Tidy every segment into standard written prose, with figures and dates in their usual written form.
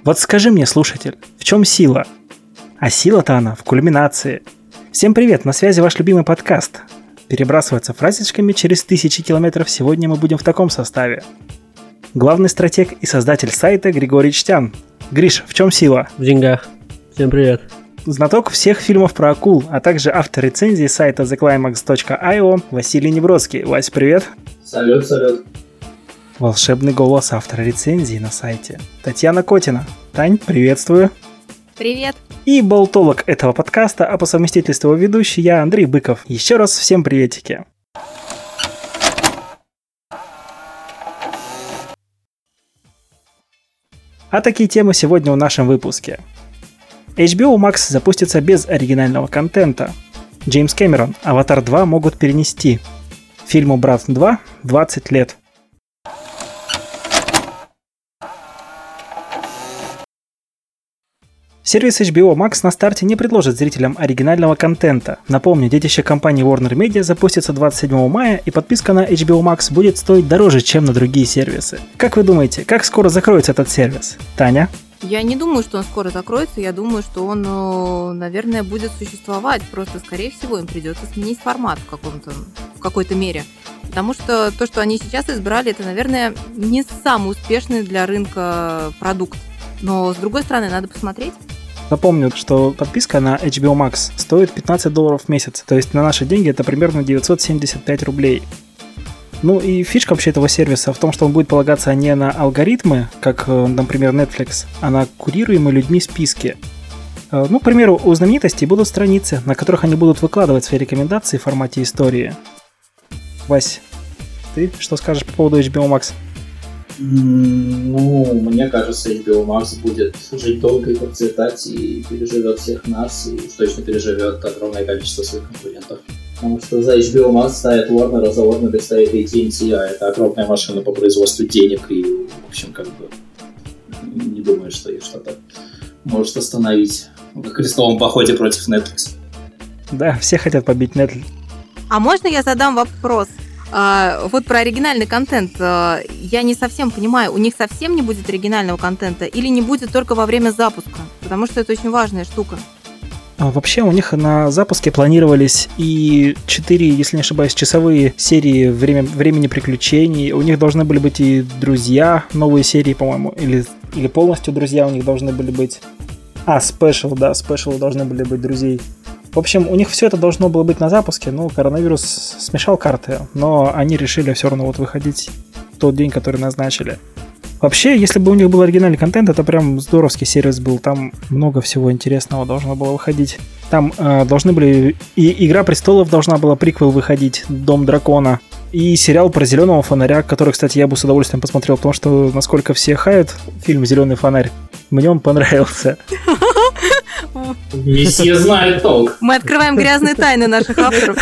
Вот скажи мне, слушатель, в чем сила? А сила-то она в кульминации. Всем привет, на связи ваш любимый подкаст. Перебрасываться фразочками через 1000 километров сегодня мы будем в таком составе. Главный стратег и создатель сайта Григорий Чтян. Гриш, в чем сила? В деньгах. Всем привет. Знаток всех фильмов про акул, а также автор рецензии сайта theclimax.io Василий Невродский. Вась, привет. Салют. Волшебный голос автора рецензии на сайте Татьяна Котина. Тань, приветствую. Привет. И болтолог этого подкаста, а по совместительству ведущий я, Андрей Быков. Еще раз всем приветики. А такие темы сегодня в нашем выпуске. HBO Max запустится без оригинального контента. Джеймс Кэмерон, Аватар 2 могут перенести. Фильму «Брат 2» 20 лет. Сервис HBO Max на старте не предложит зрителям оригинального контента. Напомню, детище компании Warner Media запустится 27 мая, и подписка на HBO Max будет стоить дороже, чем на другие сервисы. Как вы думаете, как скоро закроется этот сервис? Таня? Я не думаю, что он скоро закроется. Я думаю, что он, наверное, будет существовать. Просто, скорее всего, им придется сменить формат в какой-то мере. Потому что то, что они сейчас избрали, это, наверное, не самый успешный для рынка продукт. Но, с другой стороны, надо посмотреть. Напомню, что подписка на HBO Max стоит $15 в месяц. То есть на наши деньги это примерно 975 рублей. Ну и фишка вообще этого сервиса в том, что он будет полагаться не на алгоритмы, как, например, Netflix, а на курируемые людьми списки. Ну, к примеру, у знаменитостей будут страницы, на которых они будут выкладывать свои рекомендации в формате истории. Вась, ты что скажешь по поводу HBO Max? Ну, мне кажется, HBO Max будет жить долго и процветать, и переживет всех нас, и уж точно переживет огромное количество своих конкурентов. Потому что за HBO Max стоит Warner, а за Warner стоит AT&T, а это огромная машина по производству денег, и, в общем, как бы не думаю, что их что-то может остановить в крестовом походе против Netflix. Да, все хотят побить Netflix. А можно я задам вопрос? Вот про оригинальный контент. Я не совсем понимаю, у них совсем не будет оригинального контента или не будет только во время запуска? Потому что это очень важная штука. Вообще у них на запуске планировались и 4, если не ошибаюсь, часовые серии времени приключений. У них должны были быть и друзья, новые серии, по-моему, или полностью друзья у них должны были быть. Спешл должны были быть друзей. В общем, у них все это должно было быть на запуске, но коронавирус смешал карты, но они решили все равно выходить в тот день, который назначили. Вообще, если бы у них был оригинальный контент, это прям здоровский сервис был, там много всего интересного должно было выходить. Там должны были... И «Игра престолов» должна была приквел выходить, «Дом дракона», и сериал про «Зеленого фонаря», который, кстати, я бы с удовольствием посмотрел, потому что, насколько все хают фильм «Зеленый фонарь», мне он понравился. Месье знает толк. Мы открываем грязные тайны наших авторов.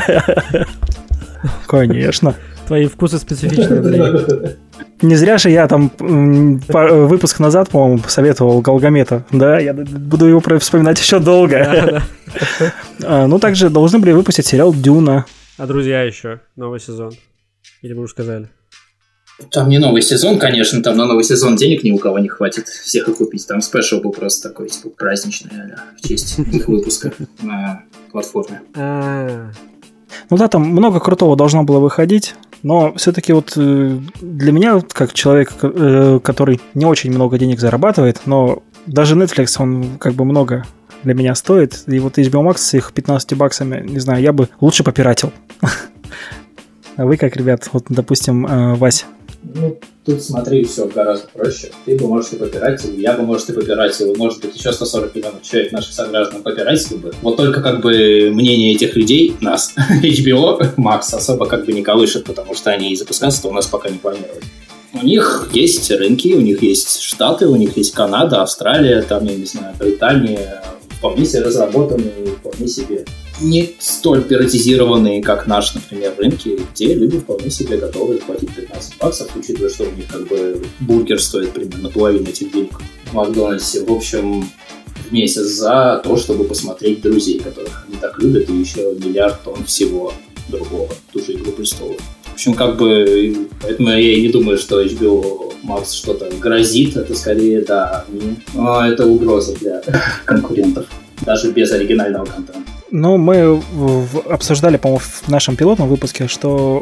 Конечно. Твои вкусы специфичные, Андрей. Не зря же я там выпуск назад, по-моему, советовал Галгамета. Да, я буду его вспоминать еще долго. Ну, также должны были выпустить сериал «Дюна». А «Друзья» еще? Новый сезон. Или вы уже сказали? Там не новый сезон, конечно, там на новый сезон денег ни у кого не хватит всех их купить. Там спешл был просто такой, типа, праздничный, в честь их выпуска на платформе. Ну да, там много крутого должно было выходить, но все-таки вот для меня, как человек, который не очень много денег зарабатывает, но даже Netflix, он как бы много для меня стоит, и вот HBO Max с их 15 баксами, не знаю, я бы лучше попиратил. А вы как, ребят, вот, допустим, Вась? Ну, тут смотри, все гораздо проще. Ты бы, может, и попиратил, я бы, может, и попиратил, может быть, еще 140 миллионов человек наших сограждан попиратили бы. Вот только, как бы, мнение этих людей, нас, HBO Max, особо как бы не колышет, потому что они и запускаться-то у нас пока не планируют. У них есть рынки, у них есть Штаты, у них есть Канада, Австралия, там, я не знаю, Британия, вполне себе разработанные, вполне себе не столь пиратизированные, как наш, например, рынки, где люди вполне себе готовы платить 15 баксов, учитывая, что у них как бы бургер стоит примерно половину этих денег в Макдональдсе. В общем, в месяц за то, чтобы посмотреть «Друзей», которых они так любят, и еще миллиард тонн всего другого, ту же «Игру престолов». В общем, как бы, поэтому я и не думаю, что HBO Max что-то грозит, это скорее, да, это угроза для конкурентов, даже без оригинального контента. Ну, мы обсуждали, по-моему, в нашем пилотном выпуске, что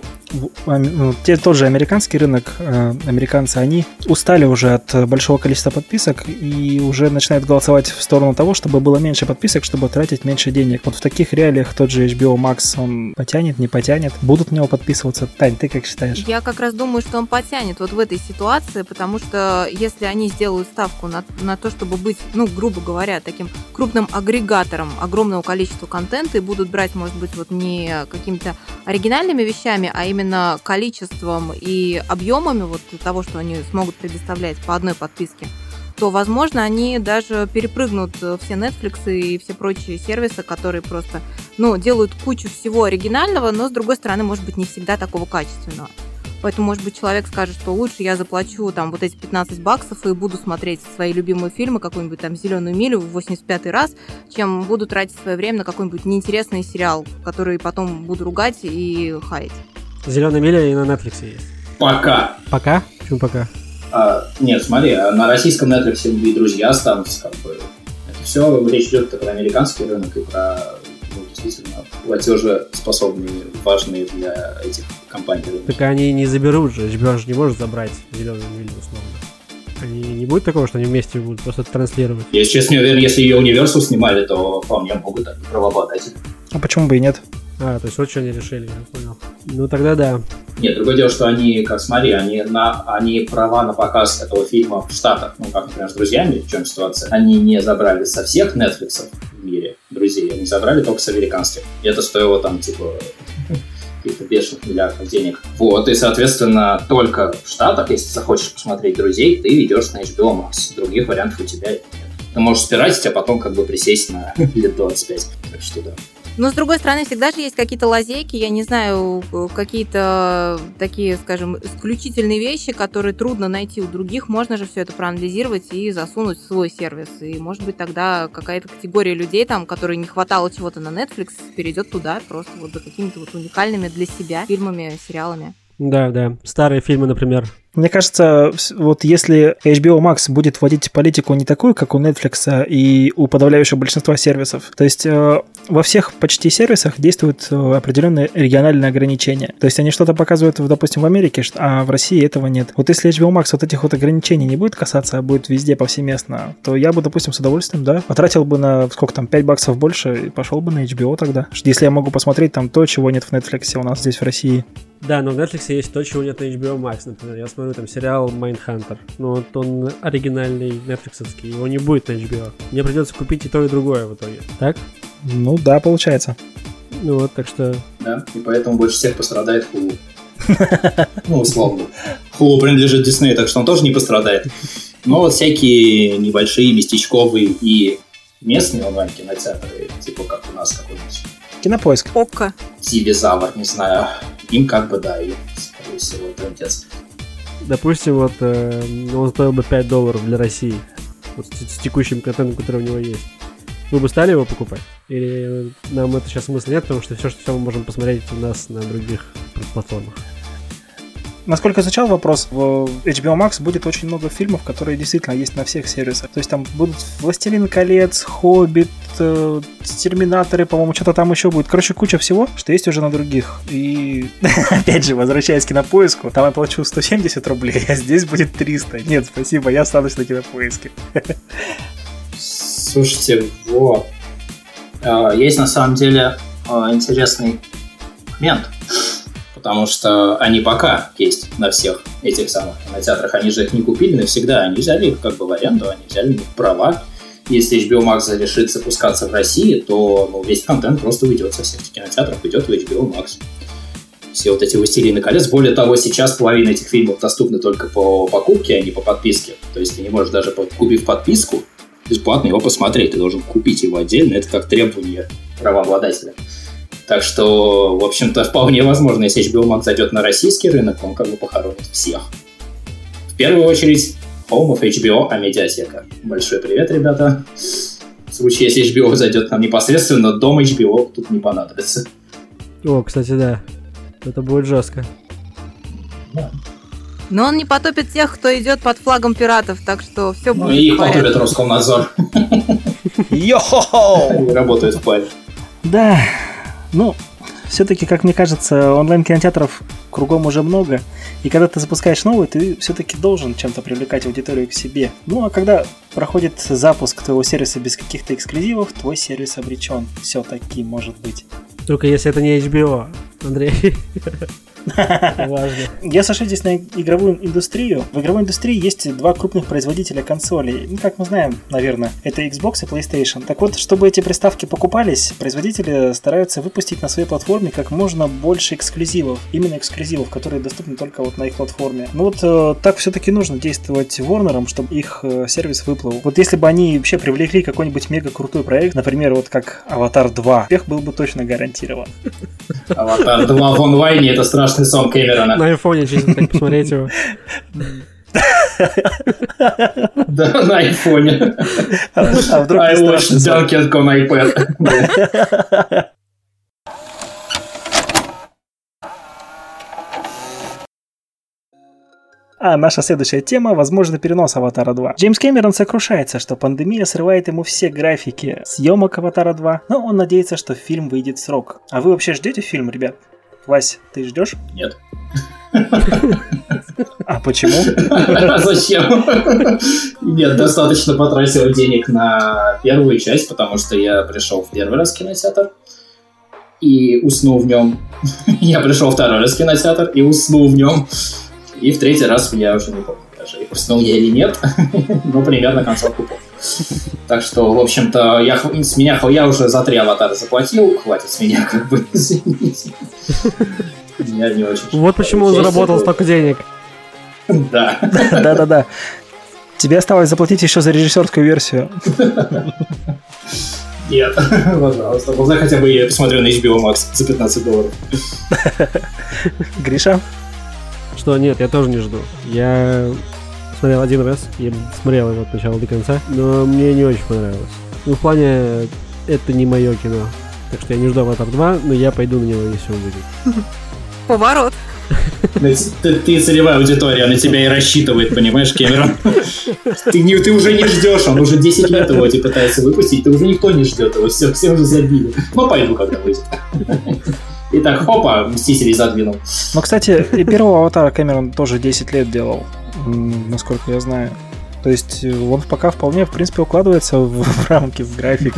тот же американский рынок, американцы, они устали уже от большого количества подписок и уже начинают голосовать в сторону того, чтобы было меньше подписок, чтобы тратить меньше денег. Вот в таких реалиях тот же HBO Max, он потянет, не потянет? Будут в него подписываться? Тань, ты как считаешь? Я как раз думаю, что он потянет вот в этой ситуации, потому что если они сделают ставку на то, чтобы быть, ну, грубо говоря, таким крупным агрегатором огромного количества контента и будут брать, может быть, вот не какими-то оригинальными вещами, а именно количеством и объемами вот того, что они смогут предоставлять по одной подписке, то, возможно, они даже перепрыгнут все Netflix и все прочие сервисы, которые просто, ну, делают кучу всего оригинального, но, с другой стороны, может быть, не всегда такого качественного. Поэтому, может быть, человек скажет, что лучше я заплачу там вот эти $15 и буду смотреть свои любимые фильмы, какую-нибудь там «Зеленую милю» в 85-й раз, чем буду тратить свое время на какой-нибудь неинтересный сериал, который потом буду ругать и хаять. «Зеленая миля» и на Netflix есть. Пока. Пока? Почему пока? Нет, смотри, на российском Netflix и друзья останутся, как бы. Это все речь идет про американский рынок и про, ну, действительно, платежеспособные, важные для этих компаний рынки. Так они не заберут же, HBO же не может забрать «Зеленую милю» условно. Они не будет такого, что они вместе будут просто транслировать? Я, честно, не уверен, если ее Universal снимали, то вполне могут они правообладатели. А почему бы и нет? То есть вот что они решили, я понял. Ну тогда да. Нет, другое дело, что они, как смотри, они права на показ этого фильма в Штатах, ну, как, например, с «Друзьями», в чем ситуация, они не забрали со всех Netflix в мире друзей, они забрали только с американских. И это стоило там, типа, каких-то бешеных миллиардов денег. Вот, и, соответственно, только в Штатах, если захочешь посмотреть «Друзей», ты идешь на HBO Max. Других вариантов у тебя нет. Ты можешь спиратить, а потом как бы присесть на лет 25. Так что да. Но, с другой стороны, всегда же есть какие-то лазейки, я не знаю, какие-то такие, скажем, исключительные вещи, которые трудно найти у других. Можно же все это проанализировать и засунуть в свой сервис. И, может быть, тогда какая-то категория людей, там, которой не хватало чего-то на Netflix, перейдет туда просто вот за какими-то вот уникальными для себя фильмами, сериалами. Да. Старые фильмы, например. Мне кажется, вот если HBO Max будет вводить политику не такую, как у Netflix и у подавляющего большинства сервисов, то есть во всех почти сервисах действуют определенные региональные ограничения. То есть они что-то показывают, допустим, в Америке, а в России этого нет. Вот если HBO Max вот этих вот ограничений не будет касаться, а будет везде повсеместно, то я бы, допустим, с удовольствием, да, потратил бы на, сколько там, $5 больше и пошел бы на HBO тогда. Если я могу посмотреть там то, чего нет в Netflix у нас здесь в России. Да, но в Netflix есть то, чего нет на HBO Max, например. Я смотрю там сериал Mindhunter. Ну, вот он оригинальный, нетфликсовский. Его не будет на HBO. Мне придется купить и то, и другое в итоге. Так? Ну да, получается. Ну вот, так что... Да, и поэтому больше всех пострадает Hulu. Ну, условно. Hulu принадлежит Disney, так что он тоже не пострадает. Но вот всякие небольшие, местечковые и местные онлайн-кинотеатры, типа как у нас какой-нибудь Кинопоиск. Окко. Дивизавр, не знаю. Им как бы, да, и, скорее всего, трендец. Допустим, вот он стоил бы $5 для России. Вот с текущим контентом, который у него есть. Вы бы стали его покупать? Или нам это сейчас смысла нет, потому что все мы можем посмотреть у нас на других платформах? Насколько изучал вопрос, в HBO Max будет очень много фильмов, которые действительно есть на всех сервисах. То есть там будут «Властелин колец», «Хоббит», «Терминаторы», по-моему, что-то там еще будет. Короче, куча всего, что есть уже на других. И, опять же, возвращаясь к Кинопоиску, там я плачу 170 рублей, а здесь будет 300. Нет, спасибо, я останусь на Кинопоиске. Слушайте, вот. Есть на самом деле интересный момент. Потому что они пока есть на всех этих самых кинотеатрах. Они же их не купили навсегда. Они взяли их как бы в аренду, они взяли их права. Если HBO Max решит запускаться в России, то весь контент просто уйдет со всех этих кинотеатров, уйдет в HBO Max. Все вот эти «Властелины колец». Более того, сейчас половина этих фильмов доступны только по покупке, а не по подписке. То есть ты не можешь даже, купив подписку, бесплатно его посмотреть. Ты должен купить его отдельно. Это как требование правообладателя. Так что, в общем-то, вполне возможно, если HBO Max зайдет на российский рынок, он как бы похоронит всех. В первую очередь, Home of HBO, а медиатека. Большой привет, ребята. В случае, если HBO зайдет к нам непосредственно, дом HBO тут не понадобится. О, кстати, да. Это будет жестко. Да. Но он не потопит тех, кто идет под флагом пиратов, так что все будет. Ну и их потопит Роскомнадзор. Йо-хо-хо! Они работают в паре. Да, ну, все-таки, как мне кажется, онлайн-кинотеатров кругом уже много. И когда ты запускаешь новый, ты все-таки должен чем-то привлекать аудиторию к себе. Ну, а когда проходит запуск твоего сервиса без каких-то эксклюзивов, твой сервис обречен. Все-таки может быть. Только если это не HBO, Андрей. Важно. Я сошлю здесь на игровую индустрию. В игровой индустрии есть два крупных производителя консолей. Ну, как мы знаем, наверное, это Xbox и PlayStation. Так вот, чтобы эти приставки покупались, производители стараются выпустить на своей платформе как можно больше эксклюзивов. Именно эксклюзивов, которые доступны только вот на их платформе. Ну вот так все-таки нужно действовать Warner'ом, чтобы их сервис выплыл. Вот если бы они вообще привлекли какой-нибудь мега крутой проект, например, вот как Аватар 2, успех был бы точно гарантирован. Аватар 2 в онлайне — это страшный сон Кэмерона. На айфоне чисто так посмотреть его. Да, на айфоне. А вдруг I не watched страшный сон? Dunkirk on iPad. А наша следующая тема – возможный перенос Аватара 2. Джеймс Кэмерон сокрушается, что пандемия срывает ему все графики съемок Аватара 2, но он надеется, что фильм выйдет в срок. А вы вообще ждете фильм, ребят? Вась, ты ждешь? Нет. А почему? Зачем? Нет, достаточно потратил денег на первую часть, потому что я пришел в первый раз в кинотеатр и уснул в нем. Я пришел второй раз в кинотеатр и уснул в нем. И в третий раз я уже не помню даже, уснул я или нет, но примерно концовку помню. Так что, в общем-то, я уже за 3 аватара заплатил, хватит с меня, как бы, извините. Я не очень... Вот почему он заработал столько денег. Да. Да-да-да. Тебе осталось заплатить еще за режиссерскую версию. Нет, пожалуйста. Можно хотя бы я посмотрю на HBO Max за $15. Гриша? Что, нет, я тоже не жду. Я смотрел один раз, я смотрел его от начала до конца, но мне не очень понравилось. Ну, в плане, это не мое кино. Так что я не жду Аватар 2, но я пойду на него, если он выйдет. Поворот. Ты целевая аудитория, на тебя и рассчитывает, понимаешь, Кэмерон? Ты уже не ждешь, он уже 10 лет его пытается выпустить, ты уже никто не ждет его, все уже забили. Ну, пойду, когда выйдет. И так, хопа, Мстителей задвинул. Ну, кстати, и первого Аватара Кэмерон тоже 10 лет делал, насколько я знаю. То есть он пока вполне, в принципе, укладывается в рамки, в график.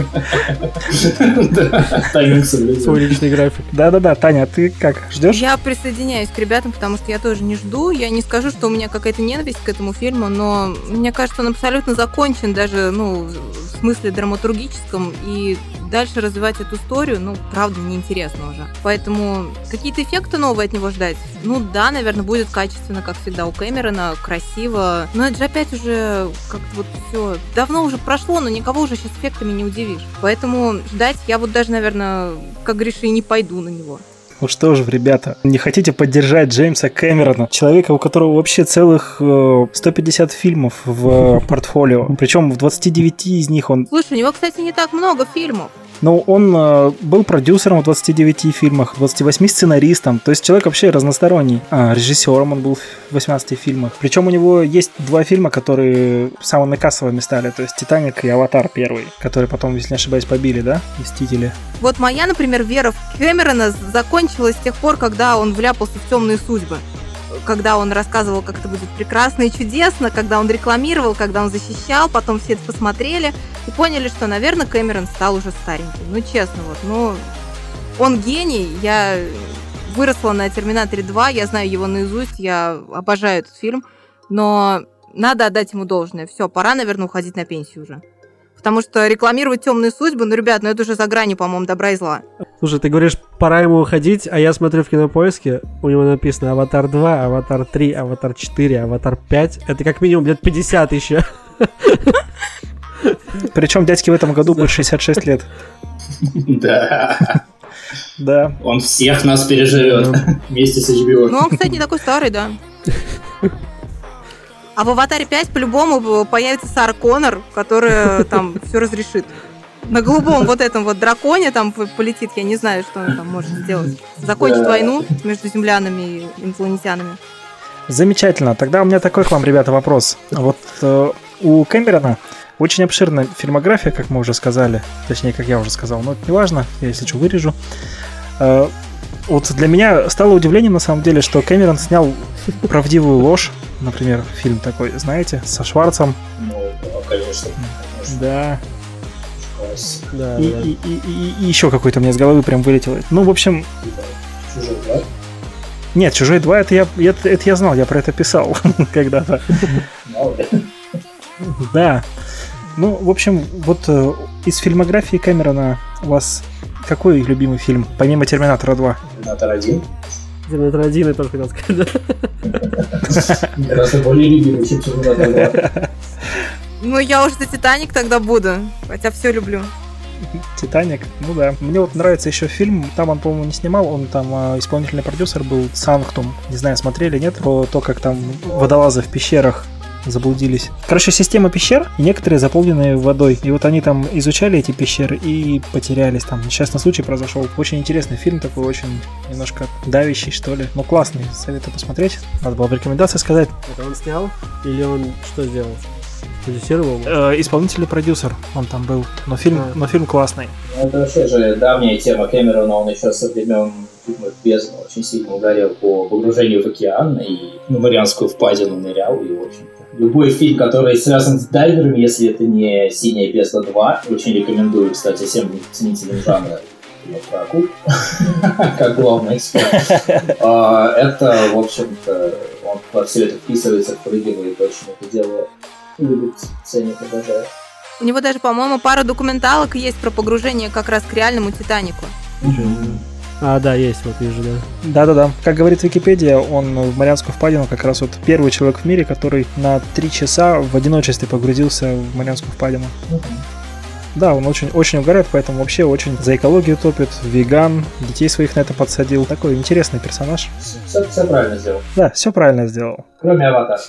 Да, тайминг соблюден. Свой личный график. Да-да-да, Таня, ты как, ждешь? Я присоединяюсь к ребятам, потому что я тоже не жду. Я не скажу, что у меня какая-то ненависть к этому фильму, но мне кажется, он абсолютно закончен, даже, в смысле драматургическом, и дальше развивать эту историю, правда, неинтересно уже. Поэтому какие-то эффекты новые от него ждать? Да, наверное, будет качественно, как всегда у Кэмерона, красиво. Но это же опять уже как-то вот все давно уже прошло, но никого уже сейчас эффектами не удивишь. Поэтому ждать я вот даже, наверное, как Гриша, и не пойду на него. Ну что же, ребята, не хотите поддержать Джеймса Кэмерона, человека, у которого вообще целых 150 фильмов в портфолио, причем в 29 из них он... Слушай, у него, кстати, не так много фильмов. Ну, он был продюсером в 29 фильмах, 28 сценаристом, то есть человек вообще разносторонний. Режиссером он был в 18 фильмах. Причем у него есть 2 фильма, которые самыми кассовыми стали, то есть «Титаник» и «Аватар» первый, которые потом, если не ошибаюсь, побили, да, «Мстители». Вот моя, например, вера в Кэмерона закончилась с тех пор, когда он вляпался в «Темные судьбы». Когда он рассказывал, как это будет прекрасно и чудесно, когда он рекламировал, когда он защищал, потом все это посмотрели и поняли, что, наверное, Кэмерон стал уже старенький. Честно, он гений. Я выросла на «Терминаторе 2», я знаю его наизусть, я обожаю этот фильм, но надо отдать ему должное. Все, пора, наверное, уходить на пенсию уже. Потому что рекламировать «Темные судьбы», ребят, это уже за гранью, по-моему, добра и зла. Слушай, ты говоришь, пора ему уходить, а я смотрю в Кинопоиске, у него написано «Аватар 2», «Аватар 3», «Аватар 4», «Аватар 5». Это как минимум лет 50 еще. Причем дядьке в этом году будет 66 лет. Да. Да. Он всех нас переживет вместе с HBO. Он, кстати, не такой старый, да. А в «Аватаре 5» по-любому появится Сара Коннор, которая там все разрешит. На голубом этом драконе там полетит, я не знаю, что он там может сделать. Закончить войну между землянами и инопланетянами. Замечательно. Тогда у меня такой к вам, ребята, вопрос. Вот у Кэмерона очень обширная фильмография, как мы уже сказали. Точнее, как я уже сказал. Но это не важно, я, если что, вырежу. Вот для меня стало удивлением, на самом деле, что Кэмерон снял «Правдивую ложь». Например, фильм такой, знаете, со Шварцем. Ну, конечно. Да. Да, И еще какой-то мне из головы прям вылетел. Ну, в общем... «Чужой 2»? Нет, «Чужой 2» это я знал, я про это писал когда-то. Да. Ну, в общем, вот из фильмографии Кэмерона у вас какой любимый фильм, помимо «Терминатора 2»? «Терминатор 1». «Терминатор 1» я тоже хотел сказать. Гораздо более любимый, чем «Терминатор 2». Ну, я уже за «Титаник» тогда буду, хотя все люблю. «Титаник», ну да. Мне вот нравится еще фильм, там он, по-моему, не снимал, он там исполнительный продюсер был, «Санктум». Не знаю, смотрели, нет? Про то, как там водолазы в пещерах заблудились. Короче, система пещер, и некоторые заполнены водой. И вот они там изучали эти пещеры и потерялись. Там несчастный случай произошел. Очень интересный фильм такой, очень немножко давящий, что ли. Но классный, советую посмотреть. Надо было в рекомендации сказать. Это он снял? Или он что сделал? Продюсировал? Исполнительный продюсер он там был. Но фильм классный. Ну, это вообще же давняя тема Кэмерона. Он еще со времен фильма «Бездна» очень сильно угорел по погружению в океан и на Марианскую впадину нырял. И, в общем-то, любой фильм, который связан с дайверами, если это не «Синяя бездна 2», очень рекомендую, кстати, всем ценителям жанра про акул, как главный эксперт. Это, в общем-то, он во все это вписывается, впрыгивает, очень это дело любит, ценит, обожает. У него даже, по-моему, пара документалок есть про погружение как раз к реальному «Титанику». Да, есть, вот вижу, да. Да-да-да. Как говорит Википедия, он в Марианскую впадину как раз вот первый человек в мире, который на 3 часа в одиночестве погрузился в Марианскую впадину. Да, он очень угорает, поэтому вообще очень за экологию топит, веган, детей своих на это подсадил. Такой интересный персонаж. Все правильно сделал. Да, все правильно сделал. Кроме «Аватара».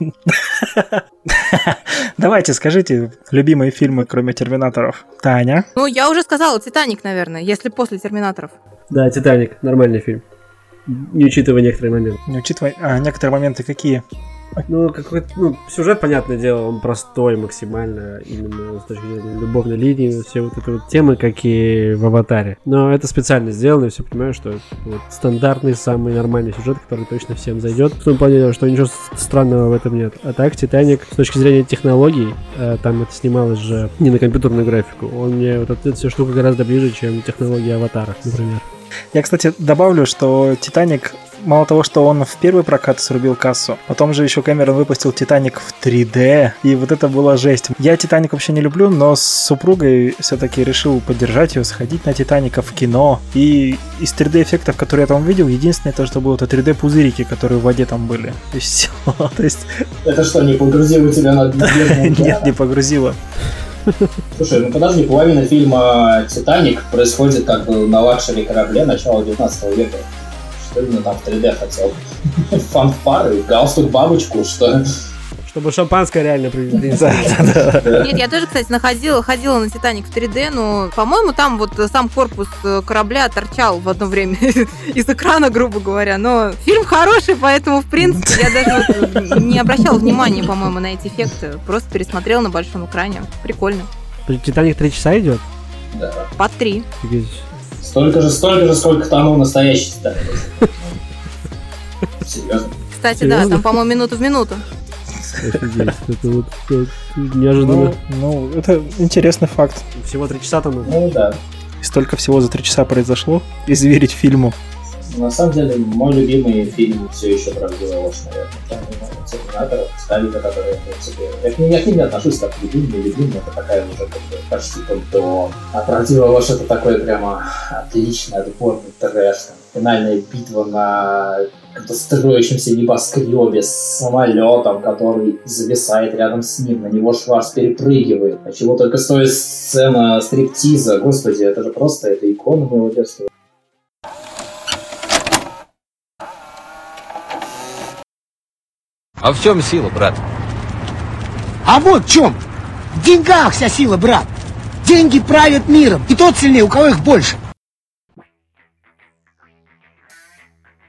Давайте, скажите любимые фильмы, кроме «Терминаторов». Таня? Ну, я уже сказала, «Титаник», наверное, если после «Терминаторов». Да, «Титаник», нормальный фильм. Не учитывая некоторые моменты. Не учитывая... некоторые моменты какие? Ну, какой-то, сюжет, понятное дело, он простой максимально, именно с точки зрения любовной линии, все вот эти вот темы, как и в «Аватаре». Но это специально сделано, и все понимаю, что это вот стандартный, самый нормальный сюжет, который точно всем зайдет. В том плане, что ничего странного в этом нет. А так, «Титаник», с точки зрения технологий, там это снималось же не на компьютерную графику, он мне вот эта вся штука гораздо ближе, чем технологии «Аватара», например. Я, кстати, добавлю, что «Титаник», мало того, что он в первый прокат срубил кассу, потом же еще Кэмерон выпустил «Титаник» в 3D, и вот это была жесть. Я «Титаник» вообще не люблю, но с супругой все-таки решил поддержать ее, сходить на «Титаника» в кино. И из 3D-эффектов, которые я там видел, единственное то, что было, это 3D-пузырики, которые в воде там были. И все. То есть... Это что, не погрузило тебя на бездну? Нет, не погрузило. Слушай, ну подожди, половина фильма «Титаник» происходит как бы на лакшери корабле начала 19 века. Что именно там в 3D хотел? Фанфары, галстук, бабочку, что? Чтобы шампанское реально привезли. Нет, я тоже, кстати, ходила на «Титаник» в 3D, но, по-моему, там вот сам корпус корабля торчал в одно время из экрана, грубо говоря. Но фильм хороший, поэтому, в принципе, я даже не обращала внимания, по-моему, на эти эффекты. Просто пересмотрела на большом экране. Прикольно. «Титаник» 3 часа идет? Да. По 3. Столько же, сколько тому настоящий «Титаник». Серьезно? Кстати, да, там, по-моему, минуту в минуту. Офигеть, это вот неожиданно. Ну, это интересный факт. Всего 3 часа там. Ну да. И столько всего за 3 часа произошло. Изверить фильму. На самом деле, мой любимый фильм все еще «Правдивая ложь», наверное. Там «Терминатор», «Сталина», который, в принципе... Я к ним не отношусь как любимый, это такая уже как бы почти пантеон. А «Правдивая ложь» — это такой прямо отличный, отборный трэш. Финальная битва на каком-то строящемся небоскребе с самолетом, который зависает рядом с ним, на него Шварц перепрыгивает. А чего только стоит сцена стриптиза. Господи, это же просто, это икона моего детства. А в чем сила, брат? А вот в чем! В деньгах вся сила, брат! Деньги правят миром, и тот сильнее, у кого их больше.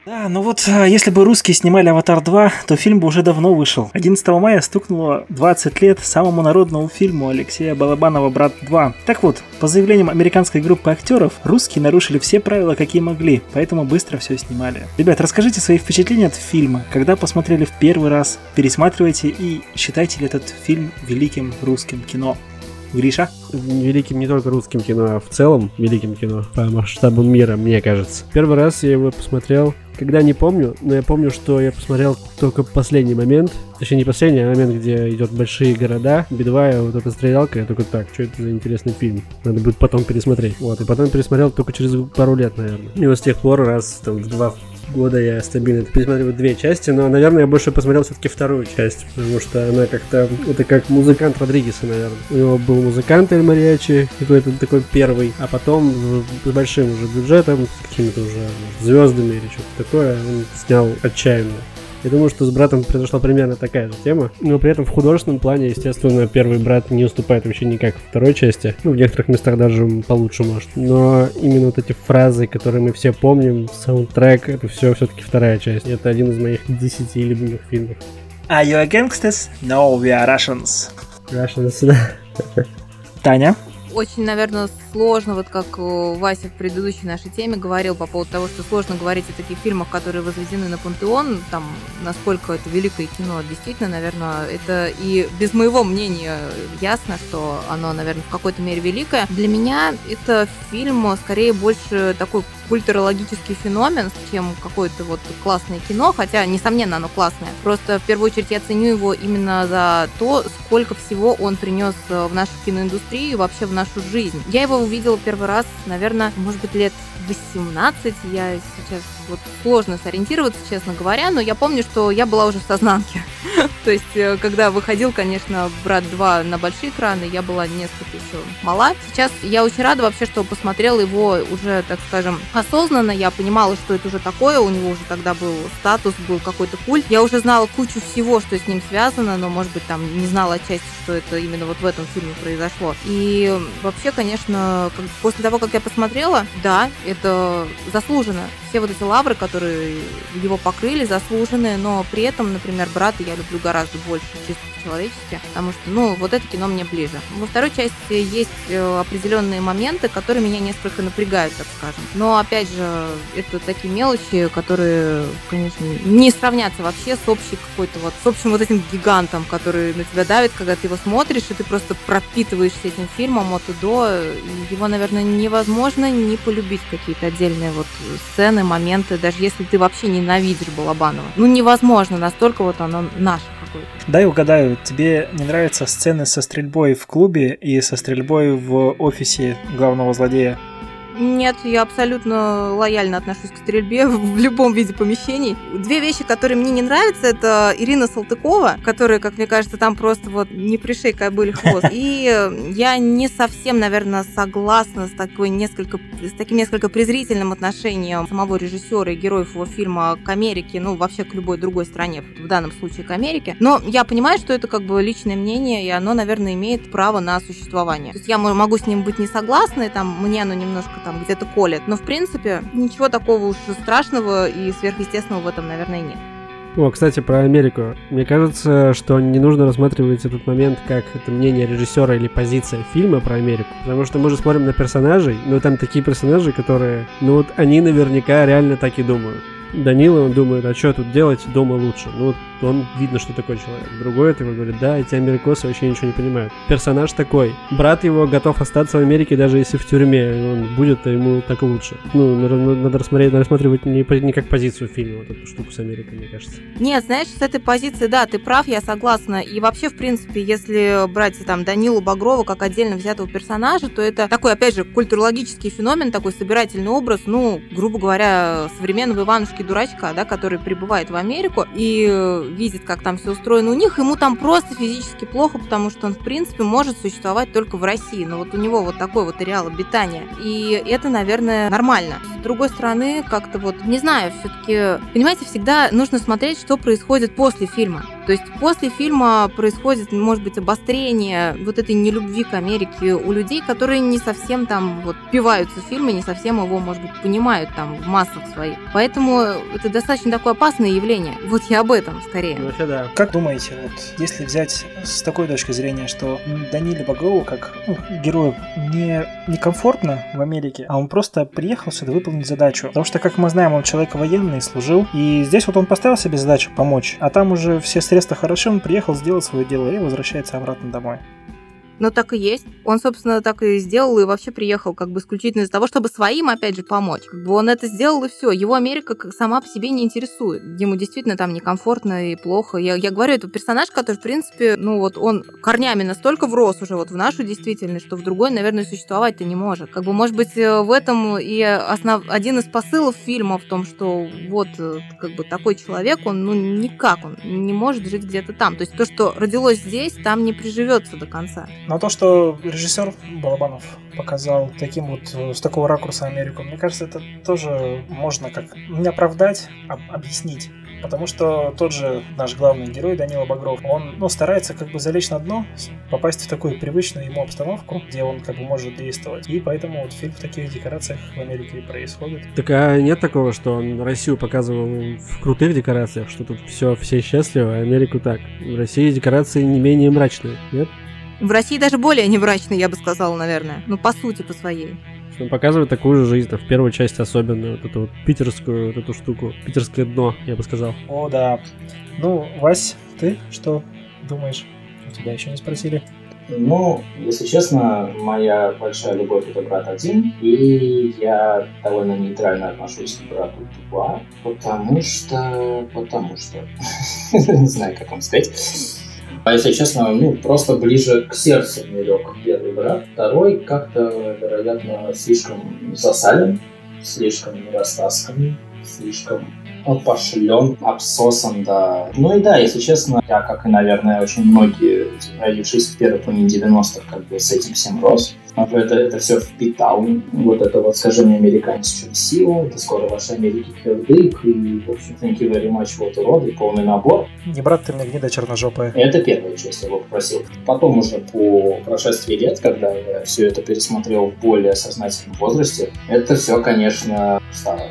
Да, ну вот, если бы русские снимали «Аватар 2», то фильм бы уже давно вышел. 11 мая стукнуло 20 лет самому народному фильму Алексея Балабанова «Брат 2». Так вот, по заявлениям американской группы актеров, русские нарушили все правила, какие могли, поэтому быстро все снимали. Ребят, расскажите свои впечатления от фильма, когда посмотрели в первый раз, пересматриваете и считаете ли этот фильм великим русским кино? Гриша? Великим не только русским кино, а в целом великим кино по масштабу мира, мне кажется. Первый раз я его посмотрел, когда не помню, но я помню, что я посмотрел только последний момент, точнее не последний, а момент, где идет большие города, бедовая вот эта стрелялка, я только так, что это за интересный фильм, надо будет потом пересмотреть. Вот, и потом пересмотрел только через пару лет, наверное. И вот с тех пор раз там в 2 года я стабильно пересматриваю 2 части, но, наверное, я больше посмотрел все-таки вторую часть, потому что она как-то, это как музыкант Родригеса, наверное. У него был музыкант Эль Мариачи, какой-то такой первый, а потом с большим уже бюджетом, с какими-то уже звездами или что-то такое, он снял отчаянно. Я думаю, что с «Братом» произошла примерно такая же тема, но при этом в художественном плане, естественно, первый «Брат» не уступает вообще никак второй части, ну, в некоторых местах даже получше, может. Но именно вот эти фразы, которые мы все помним, саундтрек, это все-таки вторая часть. Это один из моих 10 любимых фильмов. Are you a gangsters? No, we are Russians. Russians, да. Таня? Очень, наверное, сложно, вот как Вася в предыдущей нашей теме говорил по поводу того, что сложно говорить о таких фильмах, которые возведены на пантеон, там, насколько это великое кино. Действительно, наверное, это и без моего мнения ясно, что оно, наверное, в какой-то мере великое. Для меня это фильм скорее больше такой культурологический феномен, чем какое-то вот классное кино, хотя, несомненно, оно классное. Просто, в первую очередь, я ценю его именно за то, сколько всего он принес в нашу киноиндустрию и вообще в нашу жизнь. Я его увидела первый раз, наверное, может быть, лет 18. Я сейчас вот сложно сориентироваться, честно говоря, но я помню, что я была уже в сознанке. То есть, когда выходил, конечно, «Брат 2» на большие экраны, я была несколько еще мала. Сейчас я очень рада вообще, что посмотрела его уже, так скажем, осознанно. Я понимала, что это уже такое, у него уже тогда был статус, был какой-то культ. Я уже знала кучу всего, что с ним связано, но, может быть, там не знала отчасти, что это именно вот в этом фильме произошло. И вообще, конечно, после того, как я посмотрела, да, это заслуженно. Все вот эти лавры, которые его покрыли, заслуженные, но при этом, например, «Брата» я люблю гораздо больше, чисто по-человечески, потому что, ну, вот это кино мне ближе. Во второй части есть определенные моменты, которые меня несколько напрягают, так скажем. Но, опять же, это такие мелочи, которые, конечно, не сравнятся вообще с общей какой-то вот, с общим вот этим гигантом, который на тебя давит, когда ты его смотришь, и ты просто пропитываешься этим фильмом от и до. Его, наверное, невозможно не полюбить какие-то отдельные вот сцены, моменты, даже если ты вообще ненавидишь Балабанова. Ну, невозможно, настолько вот оно наше какое-то. Дай угадаю, тебе не нравятся сцены со стрельбой в клубе и со стрельбой в офисе главного злодея? Нет, я абсолютно лояльно отношусь к стрельбе в любом виде помещений. 2 вещи, которые мне не нравятся, это Ирина Салтыкова, которая, как мне кажется, там просто вот не пришей кобыле хвост. И я не совсем, наверное, согласна с таким несколько презрительным отношением самого режиссера и героев его фильма к Америке, ну, вообще к любой другой стране, в данном случае к Америке. Но я понимаю, что это как бы личное мнение, и оно, наверное, имеет право на существование. То есть я могу с ним быть не согласна, и там мне оно немножко там где-то колет. Но, в принципе, ничего такого уж страшного и сверхъестественного в этом, наверное, нет. О, кстати, про Америку. Мне кажется, что не нужно рассматривать этот момент как это мнение режиссера или позиция фильма про Америку. Потому что мы же смотрим на персонажей, но там такие персонажи, которые, ну вот они наверняка реально так и думают. Данила, он думает, а что тут делать, дома лучше. Ну вот он видно, что такой человек. Другой такой говорит, да, эти америкосы вообще ничего не понимают. Персонаж такой. Брат его готов остаться в Америке, даже если в тюрьме он будет, то ему так лучше. Ну, надо рассматривать не как позицию фильма, вот эту штуку с Америкой, мне кажется. Нет, знаешь, с этой позиции, да, ты прав, я согласна. И вообще, в принципе, если брать там Данилу Багрова как отдельно взятого персонажа, то это такой, опять же, культурологический феномен, такой собирательный образ, ну, грубо говоря, современного Иванушки-дурачка, да, который прибывает в Америку и видит, как там все устроено у них, ему там просто физически плохо, потому что он, в принципе, может существовать только в России. Но вот у него вот такой вот реал обитания. И это, наверное, нормально. С другой стороны, как-то вот, не знаю, все-таки, понимаете, всегда нужно смотреть, что происходит после фильма. То есть после фильма происходит, может быть, обострение вот этой нелюбви к Америке у людей, которые не совсем там вот впиваются в фильм и не совсем его, может быть, понимают там в массах своих. Поэтому это достаточно такое опасное явление. Вот я об этом скорее. Вообще, да. Как думаете, вот если взять с такой точки зрения, что Даниле Багрову как герою некомфортно в Америке, а он просто приехал сюда выполнить задачу. Потому что, как мы знаем, он человек военный, служил, и здесь вот он поставил себе задачу помочь, а там уже все средства хороши, он приехал сделать свое дело и возвращается обратно домой. Но так и есть. Он, собственно, так и сделал, и вообще приехал как бы исключительно из-за того, чтобы своим, опять же, помочь. Как бы он это сделал, и все. Его Америка сама по себе не интересует. Ему действительно там некомфортно и плохо. Я говорю, это персонаж, который, в принципе, ну вот он корнями настолько врос уже вот в нашу действительность, что в другой, наверное, существовать-то не может. Как бы, может быть, в этом и один из посылов фильма в том, что вот как бы такой человек, он, ну, никак, он не может жить где-то там. То есть то, что родилось здесь, там не приживется до конца. Но то, что режиссер Балабанов показал таким вот, с такого ракурса Америку, мне кажется, это тоже можно как не оправдать, а объяснить. Потому что тот же наш главный герой Данила Багров, он старается как бы залечь на дно, попасть в такую привычную ему обстановку, где он как бы может действовать. И поэтому вот фильм в таких декорациях в Америке и происходит. Так а нет такого, что он Россию показывал в крутых декорациях, что тут все счастливы, а Америку так? В России декорации не менее мрачные, нет? В России даже более неврачный, я бы сказала, наверное. Ну, по сути, по своей. Он показывает такую же жизнь, в первой части особенно, вот эту вот питерскую вот эту штуку, питерское дно, я бы сказал. О, да. Ну, Вась, ты что думаешь? У тебя еще не спросили. Ну, если честно, моя большая любовь — это «Брат 1», и я довольно нейтрально отношусь к «Брату 2», потому что... не знаю, как вам сказать. А если честно, просто ближе к сердцу мне лег первый «Брат». Второй как-то, вероятно, слишком засален, слишком растаскан, слишком опошлен, обсосан, да. Ну и да, если честно, я, как и, наверное, очень многие, родившиеся в первой половине 90-х, как бы с этим всем рос. Это все впитал. Вот это вот «Скажи мне, американец, в чем сила», это «Скоро вашей Америки квердык», и, в общем, «Thank you very much», вот уроды, полный набор. Не брат ты мне гнида черножопая. Это первая часть, я его попросил. Потом уже по прошествии лет, когда я все это пересмотрел в более сознательном возрасте, это все, конечно, стало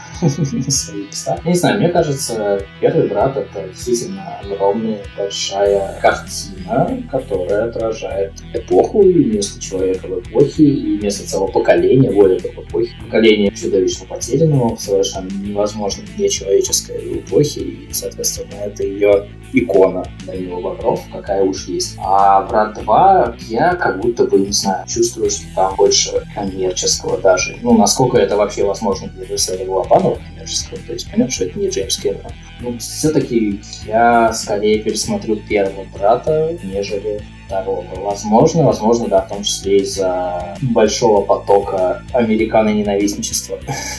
свои места. Я не знаю, мне кажется, первый «Брат» — это действительно огромная, большая картина, которая отражает эпоху и место человека в эпохе, и место целого поколения, более того, эпохи. Поколение чудовищно потерянного, совершенно невозможно нечеловеческой эпохи, и, соответственно, это ее икона Данила Багров, какая уж есть. А «Брат 2», я как будто бы, не знаю, чувствую, что там больше коммерческого даже. Насколько это вообще возможно для режиссера Балабанова коммерческого, то есть понятно, что это не Джеймс Кэмерон. Все-таки я скорее пересмотрю первого «Брата», нежели второго. Возможно, да, в том числе из-за большого потока американо-ненавистничества,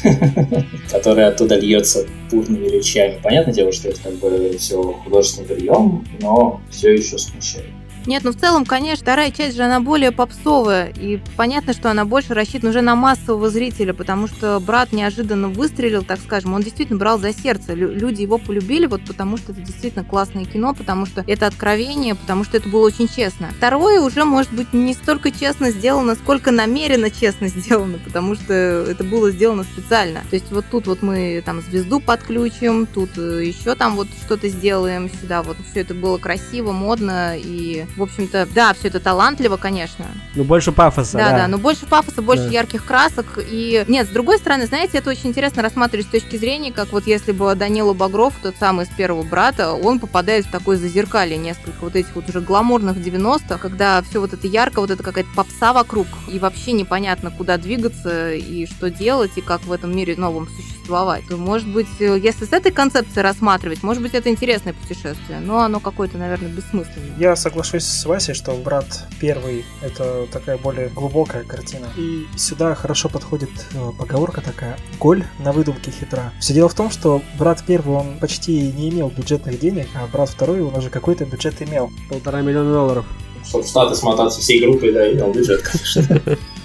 которое оттуда льется бурными речами. Понятное дело, что это как бы все художественный прием, но все еще смущает. Нет, в целом, конечно, вторая часть же, она более попсовая, и понятно, что она больше рассчитана уже на массового зрителя, потому что «Брат» неожиданно выстрелил, так скажем, он действительно брал за сердце, люди его полюбили, вот потому что это действительно классное кино, потому что это откровение, потому что это было очень честно. Второе уже, может быть, не столько честно сделано, сколько намеренно честно сделано, потому что это было сделано специально. То есть вот тут вот мы там звезду подключим, тут еще там вот что-то сделаем сюда, вот все это было красиво, модно и... В общем-то, да, все это талантливо, конечно. Больше пафоса, да. Но больше пафоса, больше ярких красок. И нет, с другой стороны, знаете, это очень интересно рассматривать с точки зрения, как вот если бы Данила Багров, тот самый из первого «Брата», он попадает в такое зазеркалье несколько вот этих вот уже гламурных 90-х, когда все вот это ярко, вот это какая-то попса вокруг, и вообще непонятно, куда двигаться, и что делать, и как в этом мире новом существовать. То, может быть, если с этой концепцией рассматривать, может быть, это интересное путешествие, но оно какое-то, наверное, бессмысленное. Я соглашусь с Васей, что «Брат» первый — это такая более глубокая картина. И сюда хорошо подходит поговорка такая: «Голь на выдумке хитра». Все дело в том, что «Брат» первый, он почти не имел бюджетных денег, а «Брат» второй, он уже какой-то бюджет имел. $1,5 миллиона. Чтобы в Штаты смотаться всей группой, да, имел бюджет, конечно.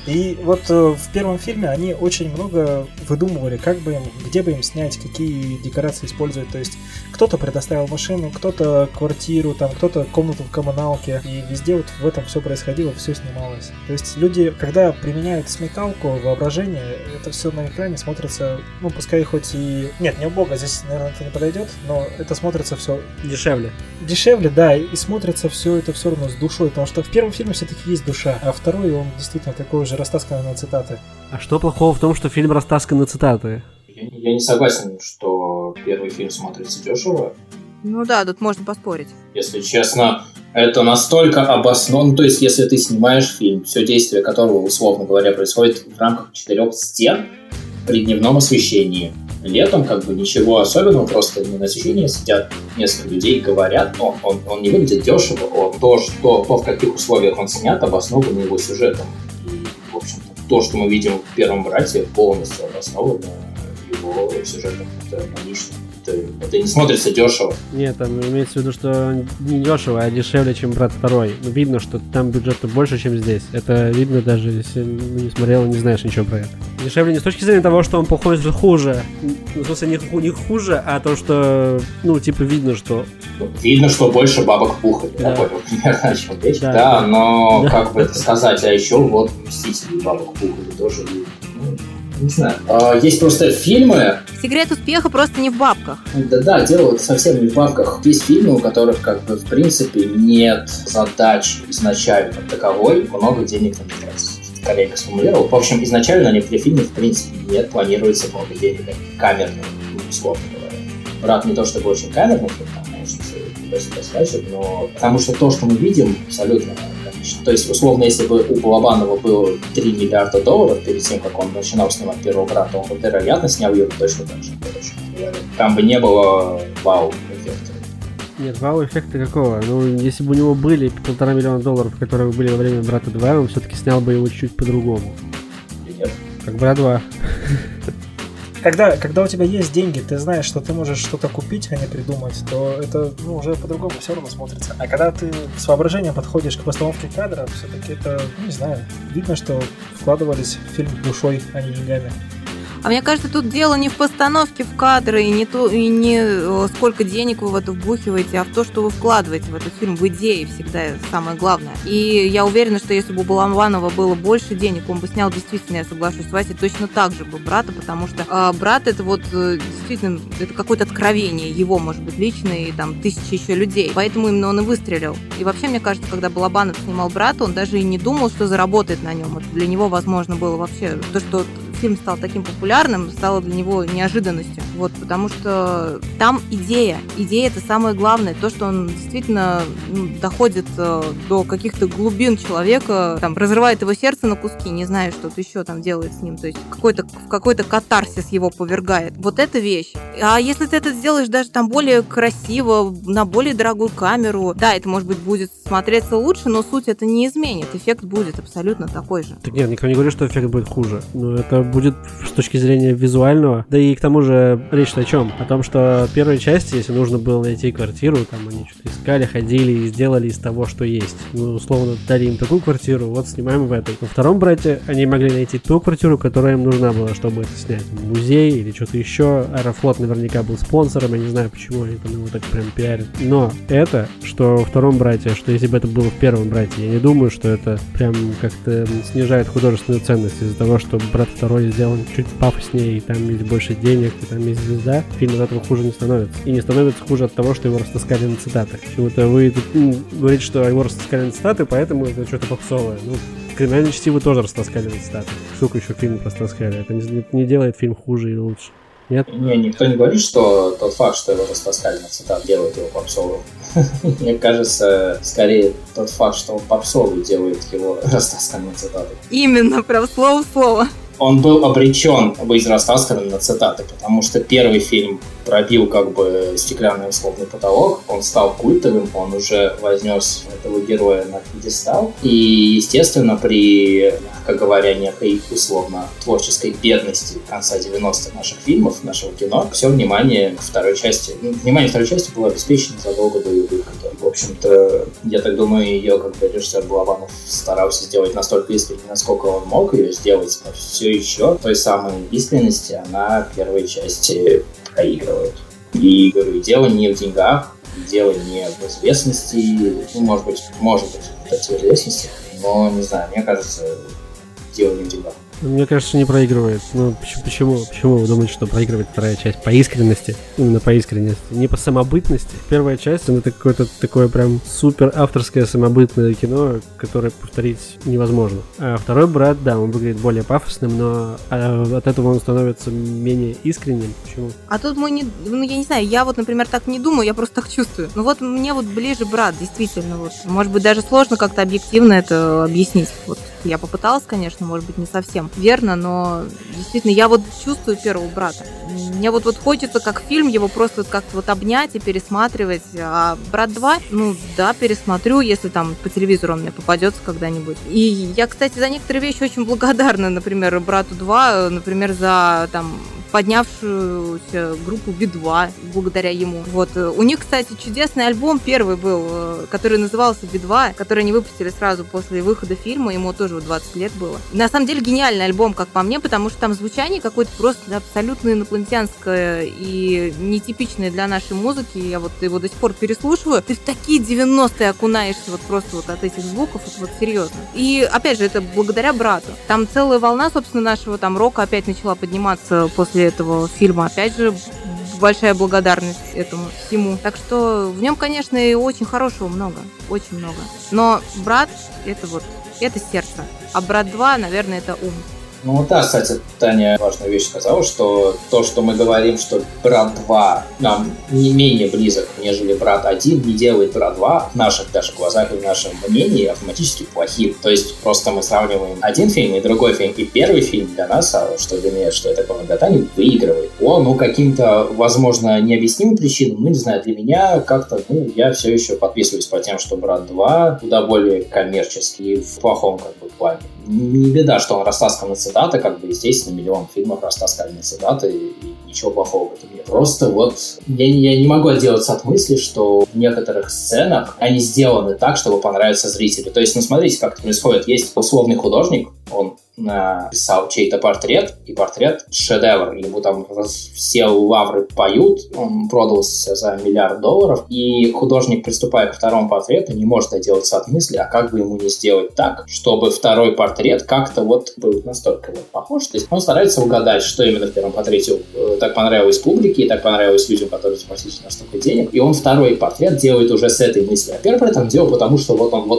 И вот в первом фильме они очень много выдумывали, где бы им снять, какие декорации использовать. То есть кто-то предоставил машину, кто-то квартиру, там, кто-то комнату в коммуналке. И везде вот в этом все происходило, все снималось. То есть люди, когда применяют смекалку, воображение, это все на экране смотрится, ну, пускай хоть и... Нет, не убого, здесь, наверное, это не подойдет, но это смотрится все... Дешевле. Дешевле, да, и смотрится все это все равно с душой, потому что в первом фильме все-таки есть душа, а второй, он действительно такой уже растасканный на цитаты. А что плохого в том, что фильм растаскан на цитаты? Я не согласен, что первый фильм смотрится дешево. Ну да, тут можно поспорить. Если честно, это настолько обоснованно. То есть, если ты снимаешь фильм, все действие которого, условно говоря, происходит в рамках 4 стен при дневном освещении. Летом как бы ничего особенного, просто на освещении сидят несколько людей, говорят, но он не выглядит дешево, в каких условиях он снят, обосновано его сюжетом. И, в общем-то, то, что мы видим в «Первом брате», полностью обосновано его сюжетом. Это логично. Это не смотрится дешево. Нет, там имеется в виду, что не дешево, а дешевле, чем «Брат 2». Видно, что там бюджета больше, чем здесь. Это видно даже, если не смотрел, не знаешь ничего про это. Дешевле не с точки зрения того, что он плохой, что хуже. В смысле, не хуже, а то, что, ну, типа, видно, что... Видно, что больше бабок пухали. Да. Я понял примерно, о чем речь. Да, но, как бы это сказать, а еще вот «Мстители» бабок пухали тоже видно. Не знаю. Есть просто фильмы... Секрет успеха просто не в бабках. Да, дело совсем не в бабках. Есть фильмы, у которых, как бы, в принципе, нет задач изначально как таковой, много денег на них тратить. Коллега сформулировал. В общем, изначально на некоторые фильмы, в принципе, нет, планируется много денег, камерных, условно говоря. «Брат» не то чтобы очень камерный фильм, там, конечно, все скачет, но потому что то, что мы видим, абсолютно конечно. То есть, условно, если бы у Балабанова было $3 миллиарда перед тем, как он начинал снимать «Первого брата», он бы, вероятно, снял ее точно так же. Там бы не было вау-эффекта. Нет, вау-эффекта какого? Ну, если бы у него были $1,5 миллиона, которые были во время «Брата 2», он все-таки снял бы его чуть по-другому. Нет. Как «Брат 2». Когда у тебя есть деньги, ты знаешь, что ты можешь что-то купить, а не придумать, то это уже по-другому все равно смотрится. А когда ты с воображением подходишь к постановке кадра, все-таки это, не знаю, видно, что вкладывались в фильм душой, а не деньгами. А мне кажется, тут дело не в постановке в кадры, и не сколько денег вы в это вбухиваете, а в то, что вы вкладываете в этот фильм, в идеи всегда самое главное. И я уверена, что если бы у Балабанова было больше денег, он бы снял действительно, я соглашусь с Васей, точно так же бы «Брата», потому что «Брат» это вот действительно, это какое-то откровение его, может быть, личное, и там тысячи еще людей. Поэтому именно он и выстрелил. И вообще, мне кажется, когда Балабанов снимал «Брата», он даже и не думал, что заработает на нем. Это для него, возможно, было вообще то, что фильм стал таким популярным, стало для него неожиданностью. Вот, потому что там идея. Идея — это самое главное. То, что он действительно доходит до каких-то глубин человека, там, разрывает его сердце на куски, не знаю, что-то еще там делает с ним. То есть какой-то катарсис его повергает. Вот эта вещь. А если ты это сделаешь даже там более красиво, на более дорогую камеру, да, это, может быть, будет смотреться лучше, но суть это не изменит. Эффект будет абсолютно такой же. Так нет, никто не говорит, что эффект будет хуже. Но это будет с точки зрения визуального. Да и к тому же речь-то о чем? О том, что в первой части, если нужно было найти квартиру, там они что-то искали, ходили и сделали из того, что есть. Ну, условно, дали им такую квартиру, вот снимаем в этой. Во втором «Брате» они могли найти ту квартиру, которая им нужна была, чтобы это снять. Музей или что-то еще. Аэрофлот наверняка был спонсором, я не знаю, почему они там его так прям пиарят. Но это, что во втором «Брате», что если бы это было в первом «Брате», я не думаю, что это прям как-то снижает художественную ценность из-за того, что «Брат 2» сделан чуть пафоснее, и там есть больше денег, и там есть звезда, фильм от этого хуже не становится. И не становится хуже от того, что его растаскали на цитаты. Почему-то вы тут говорите, что его растаскали на цитаты, поэтому это что-то попсовое. Ну, «Криминальное чтиво» тоже растаскали на цитаты. Сколько еще фильмов растаскали? Это не делает фильм хуже или лучше. Нет? Не, никто не говорит, что тот факт, что его растаскали на цитат, делает его попсовым. Мне кажется, скорее тот факт, что он попсовый, делает его растасканным на цитаты. Именно, прям слово в слово. Он был обречен быть растасканным на цитаты, потому что первый фильм пробил как бы стеклянный условный потолок, он стал культовым, он уже вознес этого героя на пьедестал. И, естественно, при, как говоря, некой условно творческой бедности конца 90-х наших фильмов, нашего кино, все внимание к второй части. Внимание второй части было обеспечено задолго до ее выхода. В общем-то, я так думаю, ее как бы режиссер Балабанов старался сделать настолько искренне, насколько он мог ее сделать, но все еще той самой искренности она первой части проигрывает. И, говорю, дело не в деньгах, дело не в известности, может быть, кстати, в известности, но, не знаю, мне кажется, дело не в деньгах. Мне кажется, не проигрывает. Ну, почему? Почему вы думаете, что проигрывает вторая часть? По искренности. Именно по искренности. Не по самобытности. Первая часть, это какое-то такое прям супер авторское самобытное кино, которое повторить невозможно. А второй брат, да, он выглядит более пафосным, но от этого он становится менее искренним. Почему? А тут я не знаю, я вот, например, так не думаю, я просто так чувствую. Ну вот мне вот ближе брат, действительно. Вот. Может быть, даже сложно как-то объективно это объяснить. Вот. Я попыталась, конечно, может быть, не совсем верно, но действительно, я вот чувствую первого брата. Мне вот хочется, как фильм, его просто как-то вот обнять и пересматривать. А «Брат 2», ну да, пересмотрю, если там по телевизору он мне попадется когда-нибудь. И я, кстати, за некоторые вещи очень благодарна, например, «Брату 2», например, за там поднявшуюся группу Би-2 благодаря ему. Вот. У них, кстати, чудесный альбом первый был, который назывался Би-2, который они выпустили сразу после выхода фильма, ему тоже 20 лет было. На самом деле гениальный альбом, как по мне, потому что там звучание какое-то просто абсолютно инопланетянское и нетипичное для нашей музыки. Я вот его до сих пор переслушиваю. Ты в такие 90-е окунаешься вот просто вот от этих звуков, вот серьезно. И, опять же, это благодаря брату. Там целая волна, собственно, нашего там рока опять начала подниматься после этого фильма. Опять же, большая благодарность этому всему. Так что в нем, конечно, и очень хорошего много. Очень много. Но брат — это сердце. А брат 2, наверное, это ум. Ну да, кстати, Таня важную вещь сказала, что то, что мы говорим, что брат 2 нам не менее близок, нежели брат 1, не делает брат 2 в наших даже глазах и в нашем мнении автоматически плохим. То есть просто мы сравниваем один фильм и другой фильм. И первый фильм для нас, что для меня, что это для Тани, выигрывает. Он, каким-то, возможно, необъяснимым причинам, не знаю, для меня как-то, я все еще подписываюсь по тем, что брат 2 куда более коммерческий в плохом плане. Не беда, что он растаскан на цитаты, естественно, миллион фильмов растаскали на цитаты, и ничего плохого в этом нет. Просто я не могу отделаться от мысли, что в некоторых сценах они сделаны так, чтобы понравиться зрителю. То есть, смотрите, как это происходит. Есть условный художник, он написал чей-то портрет, и портрет шедевр. Ему там все лавры поют, он продался за $1 миллиард, и художник, приступая ко второму портрету, не может отделаться от мысли, а как бы ему не сделать так, чтобы второй портрет как-то был настолько похож. То есть он старается угадать, что именно в первом портрете так понравилось публике, и так понравилось людям, которые заплатили настолько денег, и он второй портрет делает уже с этой мыслью. А первый портрет он делал, потому что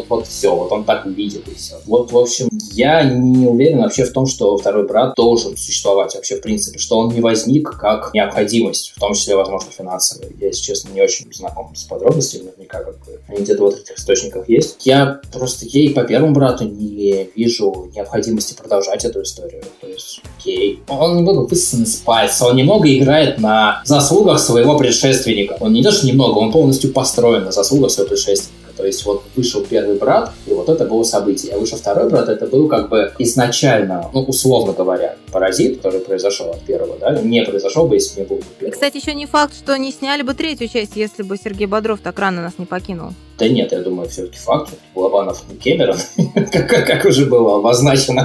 он так увидел, и все. В общем, я не уверен вообще в том, что второй брат должен существовать вообще в принципе, что он не возник как необходимость, в том числе, возможно, финансовая. Я, если честно, не очень знаком с подробностями, наверняка они где-то в этих источниках есть. Я просто и по первому брату не вижу необходимости продолжать эту историю. То есть, он немного высосан из пальца, он немного играет на заслугах своего предшественника. Он не даже немного, он полностью построен на заслугах своего предшественника. То есть вышел первый брат, и это было событие. А вышел второй брат, это был изначально, условно говоря, паразит, который произошел от первого, да, не произошел бы, если не был бы первый. И, кстати, еще не факт, что не сняли бы третью часть, если бы Сергей Бодров так рано нас не покинул. Да нет, я думаю, все-таки факт. Балабанов не Кэмерон, как уже было обозначено.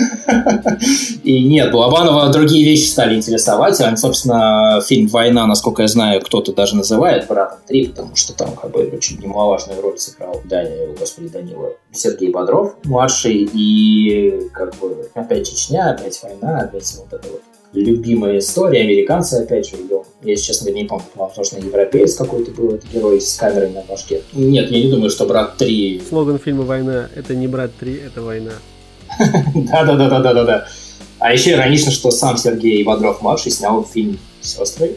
И нет, Балабанова другие вещи стали интересовать. Собственно, фильм «Война», насколько я знаю, кто-то даже называет «Братом 3», потому что там очень немаловажную роль сыграл Данила Сергей Бодров, младший. И опять Чечня, опять война, опять любимая история, американцы опять же ее. Я, честно говоря, не помню, возможно, европеец какой-то был, это герой с камерой на башке. Нет, я не думаю, что «Брат 3». Слоган фильма «Война» — это не «Брат 3», это «Война». Да. А еще иронично, что сам Сергей Бодров-младший снял фильм «Сестры».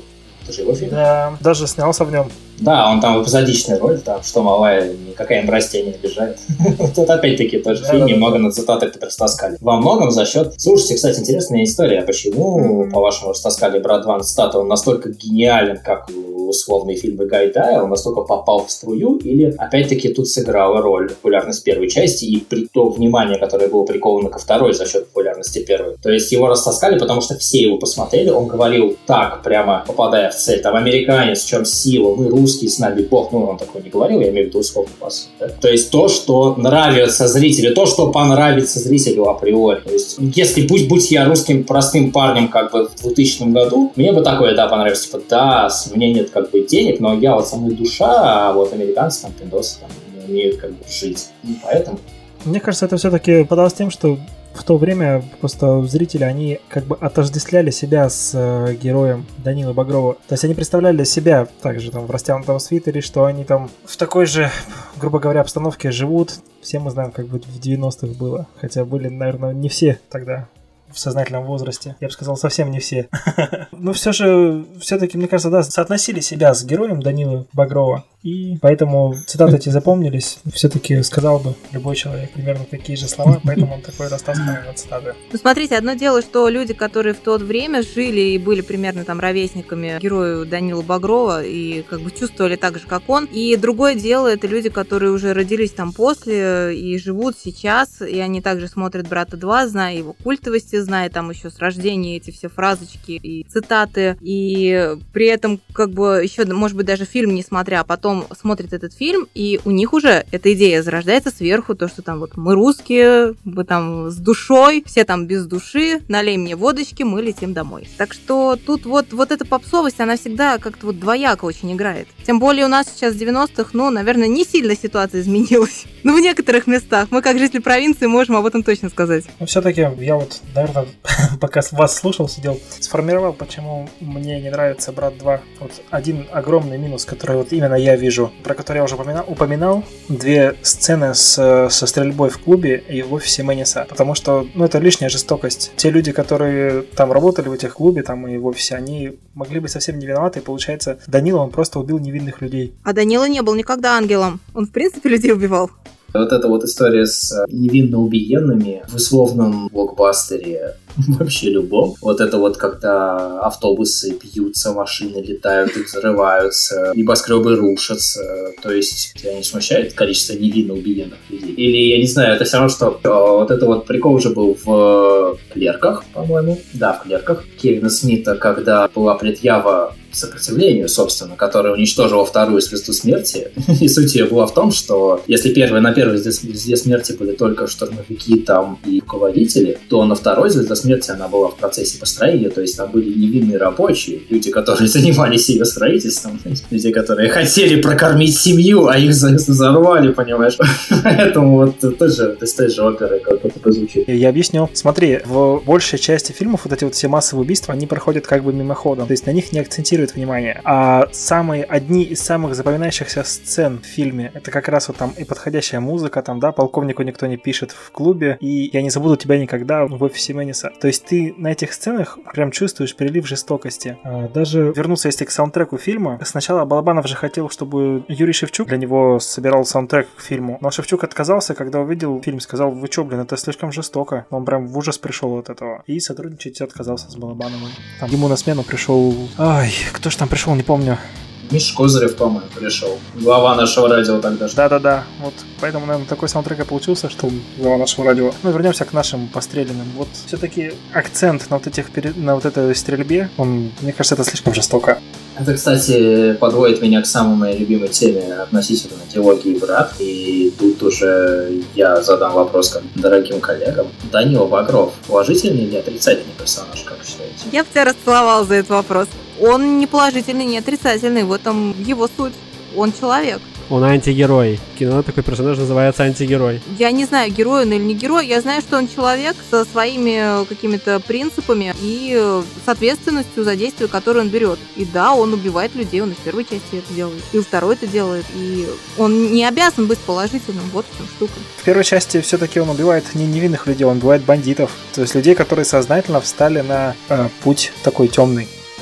Это же его фильм. Да, даже снялся в нем. Да, он там в эпизодичной роли, там, что малая, никакая им растение не обижает. Тут опять-таки тоже фильм, немного на цитатах растаскали. Во многом за счет... Слушайте, кстати, интересная история. Почему, по-вашему, растаскали «Брат 2» на цитаты? Он настолько гениален, как условные фильмы Гайдая, он настолько попал в струю, или опять-таки тут сыграла роль популярность первой части и то внимание, которое было приковано ко второй за счет популярности первой. То есть его растаскали, потому что все его посмотрели, он говорил так, прямо попадая в цель, там, американец, в чем сила, мы русские, с нами Бог, ну, он такое не говорил, я имею в виду условно вас. Да? То есть то, что нравится зрителю, то, что понравится зрителю априори. То есть если будь я русским простым парнем как бы в 2000 году, мне бы такое, да, понравилось, типа, да, у меня нет как бы денег, но я вот со мной душа, а вот американцы там, пиндосы там не умеют как бы жить. И поэтому... Мне кажется, это все-таки подалось тем, что в то время просто зрители, они как бы отождествляли себя с героем Данилы Багрова. То есть они представляли себя также там в растянутом свитере, что они там в такой же, грубо говоря, обстановке живут. Все мы знаем, как бы в 90-х было. Хотя были, наверное, не все тогда в сознательном возрасте. Я бы сказал, совсем не все. Но все-таки, мне кажется, да, соотносили себя с героем Данилы Багрова. И поэтому цитаты эти запомнились. Все-таки сказал бы любой человек примерно такие же слова, поэтому он такой растасканный на цитаты. Ну, смотрите, одно дело, что люди, которые в то время жили и были примерно там ровесниками герою Данилы Багрова и как бы чувствовали так же, как он. И другое дело, это люди, которые уже родились там после и живут сейчас, и они также смотрят «Брата 2», зная его культовости, зная там еще с рождения эти все фразочки и цитаты, и при этом как бы еще, может быть, даже фильм не смотря, а потом смотрят этот фильм, и у них уже эта идея зарождается сверху, то, что там вот мы русские, мы там с душой, все там без души, налей мне водочки, мы летим домой. Так что тут вот эта попсовость, она всегда как-то вот двояко очень играет. Тем более у нас сейчас в 90-х, ну, наверное, не сильно ситуация изменилась. Но в некоторых местах мы, как жители провинции, можем об этом точно сказать. Но все-таки я вот, наверное, пока вас слушал, сидел, сформировал, почему мне не нравится «Брат 2». Вот один огромный минус, который вот именно я вижу, про который я уже упоминал, две сцены со стрельбой в клубе и в офисе Мэниса. Потому что, ну, это лишняя жестокость. Те люди, которые там работали в этих клубе там и в офисе, они могли быть совсем не виноваты. И получается, Данила, он просто убил невинных людей. А Данила не был никогда ангелом. Он, в принципе, людей убивал. Вот эта вот история с невинно убиенными в условном блокбастере, вообще любом. Вот это вот, когда автобусы бьются, машины летают и взрываются, небоскребы рушатся. То есть тебя не смущает количество невинно убиенных людей? Или, я не знаю, это все равно, что вот это вот прикол уже был в «Клерках», по-моему. Да, в «Клерках» Кевина Смита, когда была предъява сопротивлению, собственно, которое уничтожило вторую звезду смерти. И суть ее была в том, что если на первой звезде смерти были только штурмовики там и руководители, то на второй звезде смерти она была в процессе построения, то есть там были невинные рабочие, люди, которые занимались ее строительством, люди, которые хотели прокормить семью, а их взорвали, понимаешь? Поэтому вот тоже из той же оперы как это позвучит. Я объясню. Смотри, в большей части фильмов вот эти вот все массовые убийства, они проходят как бы мимоходом, то есть на них не акцентируют внимание. А одни из самых запоминающихся сцен в фильме, это как раз вот там и подходящая музыка, там, да, полковнику никто не пишет в клубе, и я не забуду тебя никогда в офисе Мэниса. То есть ты на этих сценах прям чувствуешь прилив жестокости. Даже вернуться, если к саундтреку фильма, сначала Балабанов же хотел, чтобы Юрий Шевчук для него собирал саундтрек к фильму, но Шевчук отказался, когда увидел фильм, сказал: вы чё, блин, это слишком жестоко. Он прям в ужас пришел от этого. И сотрудничать отказался с Балабановым. Там ему на смену пришел... Кто ж там пришел, не помню. Миша Козырев, по-моему, пришел. Глава нашего радио тогда же. Да. Вот поэтому, наверное, такой саундтрек и получился, что глава нашего радио. Ну, вернемся к нашим постреленным. Вот все-таки акцент на вот этой стрельбе, мне кажется, это слишком жестоко. Это, кстати, подводит меня к самой моей любимой теме относительно диалогии «Брат». И тут уже я задам вопрос к дорогим коллегам. Данила Багров положительный или отрицательный персонаж, как вы считаете? Я бы тебя расцеловала за этот вопрос. Он не положительный, не отрицательный. В этом его суть. Он человек. Он антигерой. В кино такой персонаж называется антигерой. Я не знаю, герой он или не герой. Я знаю, что он человек со своими какими-то принципами и с ответственностью за действия, которые он берет. И да, он убивает людей, он и в первой части это делает, и во второй это делает. И он не обязан быть положительным. Вот в чем штука. В первой части все-таки он убивает не невинных людей, он убивает бандитов. То есть людей, которые сознательно встали на путь такой темный.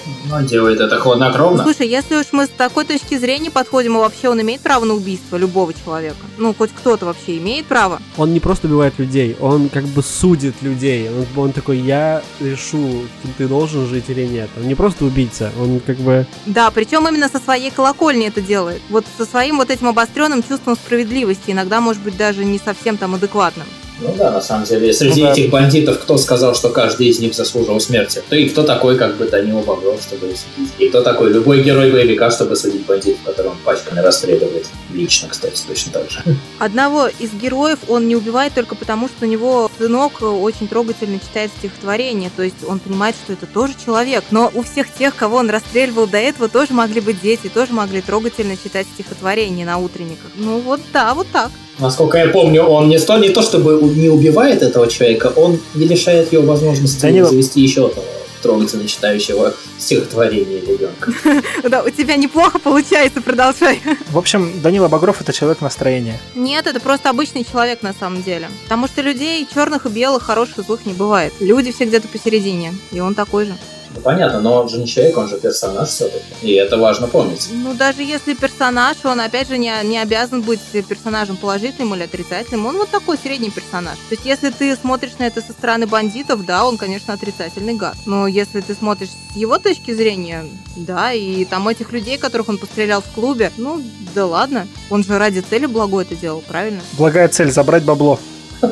Но делает это хладнокровно. Слушай, если уж мы с такой точки зрения подходим, и вообще он имеет право на убийство любого человека? Ну, хоть кто-то вообще имеет право? Он не просто убивает людей, он как бы судит людей. Он такой, я решу, ты должен жить или нет. Он не просто убийца, он как бы... Да, причем именно со своей колокольни это делает. Вот со своим вот этим обостренным чувством справедливости, иногда, может быть, даже не совсем там адекватным. Ну да, на самом деле, среди этих бандитов, кто сказал, что каждый из них заслужил смерти? Да и кто такой, как бы, Данила Багров, чтобы судить? И кто такой любой герой боевика, чтобы судить бандитов, которого он пачками расстреливает? Лично, кстати, точно так же. Одного из героев он не убивает только потому, что у него сынок очень трогательно читает стихотворение, то есть он понимает, что это тоже человек. Но у всех тех, кого он расстреливал до этого, тоже могли быть дети, тоже могли трогательно читать стихотворение на утренниках. Ну вот да, вот так. Насколько я помню, он не то чтобы не убивает этого человека, он не лишает его возможности завести еще одного трогательно читающего стихотворение ребенка. Да, у тебя неплохо получается, продолжай. В общем, Данила Багров — это человек настроения. Нет, это просто обычный человек на самом деле. Потому что людей черных и белых, хороших и злых не бывает. Люди все где-то посередине, и он такой же. Ну, понятно, но он же не человек, он же персонаж все-таки. И это важно помнить. Ну, даже если персонаж, он, опять же, не обязан быть персонажем положительным или отрицательным. Он вот такой средний персонаж. То есть, если ты смотришь на это со стороны бандитов, да, он, конечно, отрицательный гад. Но если ты смотришь с его точки зрения, да, и там этих людей, которых он пострелял в клубе, ну, да ладно. Он же ради цели благой это делал, правильно? Благая цель — забрать бабло.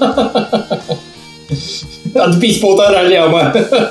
Отбить 1,5 ляма.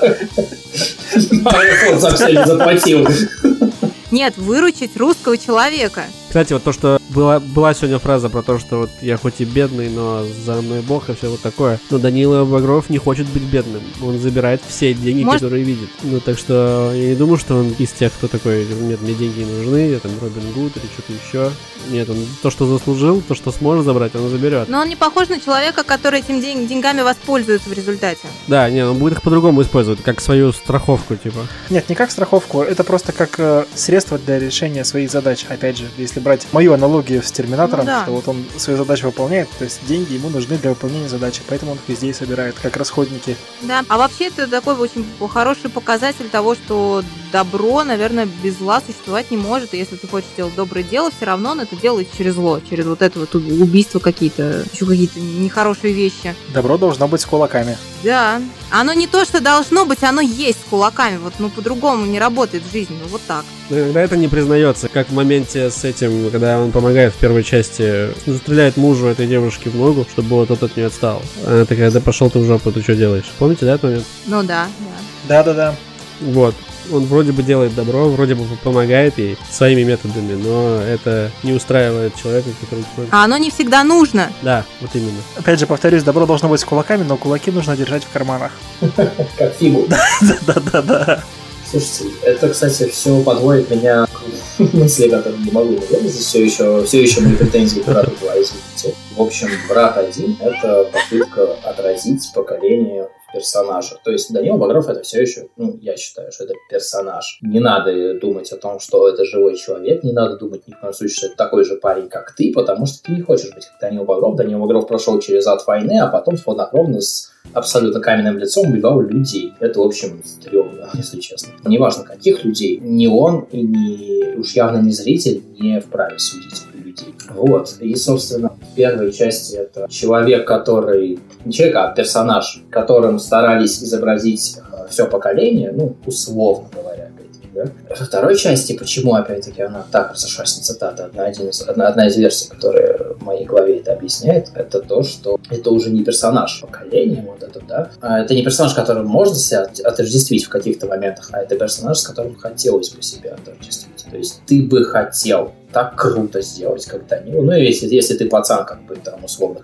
iPhone за все не заплатил. Нет, выручить русского человека. Кстати, вот то, что была сегодня фраза про то, что вот я хоть и бедный, но за мной Бог и все вот такое. Но Данила Багров не хочет быть бедным. Он забирает все деньги, которые видит. Ну, так что я не думаю, что он из тех, кто такой, нет, мне деньги не нужны, я там Робин Гуд или что-то еще. Нет, он то, что заслужил, то, что сможет забрать, он заберет. Но он не похож на человека, который этим деньгами воспользуется в результате. Да, нет, он будет их по-другому использовать, как свою страховку, типа. Нет, не как страховку, это просто как средство для решения своих задач. Опять же, если брать мою аналогию с Терминатором, ну, да. что вот он свою задачу выполняет, то есть деньги ему нужны для выполнения задачи, поэтому он их везде и собирает, как расходники. Да, а вообще это такой очень хороший показатель того, что добро, наверное, без зла существовать не может, и если ты хочешь делать доброе дело, все равно он это делает через зло, через вот это вот убийство какие-то, еще какие-то нехорошие вещи. Добро должно быть с кулаками. Да, оно не то, что должно быть, оно есть с кулаками, вот, ну, по-другому не работает в жизни, ну, вот так. Но иногда это не признается, как в моменте с этим, когда он помогает в первой части, стреляет мужу этой девушки в ногу, чтобы тот от нее отстал. Она такая, да пошел ты в жопу, ты что делаешь? Помните, да, этот момент? Ну да. Да. Вот. Он вроде бы делает добро, вроде бы помогает ей своими методами, но это не устраивает человека, который... А оно не всегда нужно. Да, вот именно. Опять же, повторюсь, добро должно быть с кулаками, но кулаки нужно держать в карманах. Как фигу. Да. Слушайте, это, кстати, все подводит меня к мысли, которую не могу выразить. Все еще мои претензии к брату 2, извините. В общем, брат 1 — это попытка отразить поколение персонажа. То есть Данила Багров — это все еще, я считаю, что это персонаж. Не надо думать о том, что это живой человек, не надо думать ни в коем случае, что это такой же парень, как ты, потому что ты не хочешь быть как Данила Багров. Данила Багров прошел через ад войны, а потом хладнокровно с абсолютно каменным лицом убивал людей. Это, в общем, стрёмно, если честно. Неважно, каких людей, ни он и уж явно не зритель не вправе судить людей. Вот. И, собственно, в первой части это человек, который... Не человек, а персонаж, которым старались изобразить все поколение, условно говоря, опять-таки, да? Во второй части, почему, опять-таки, она так разошлась на цитаты, одна из версий, которая в моей голове это объясняет, это то, что это уже не персонаж поколения, вот это, да? Это не персонаж, которым можно себя отождествить в каких-то моментах, а это персонаж, с которым хотелось бы себя отождествить. То есть ты бы хотел так круто сделать, как Данила. Если ты пацан, как бы, там, условно,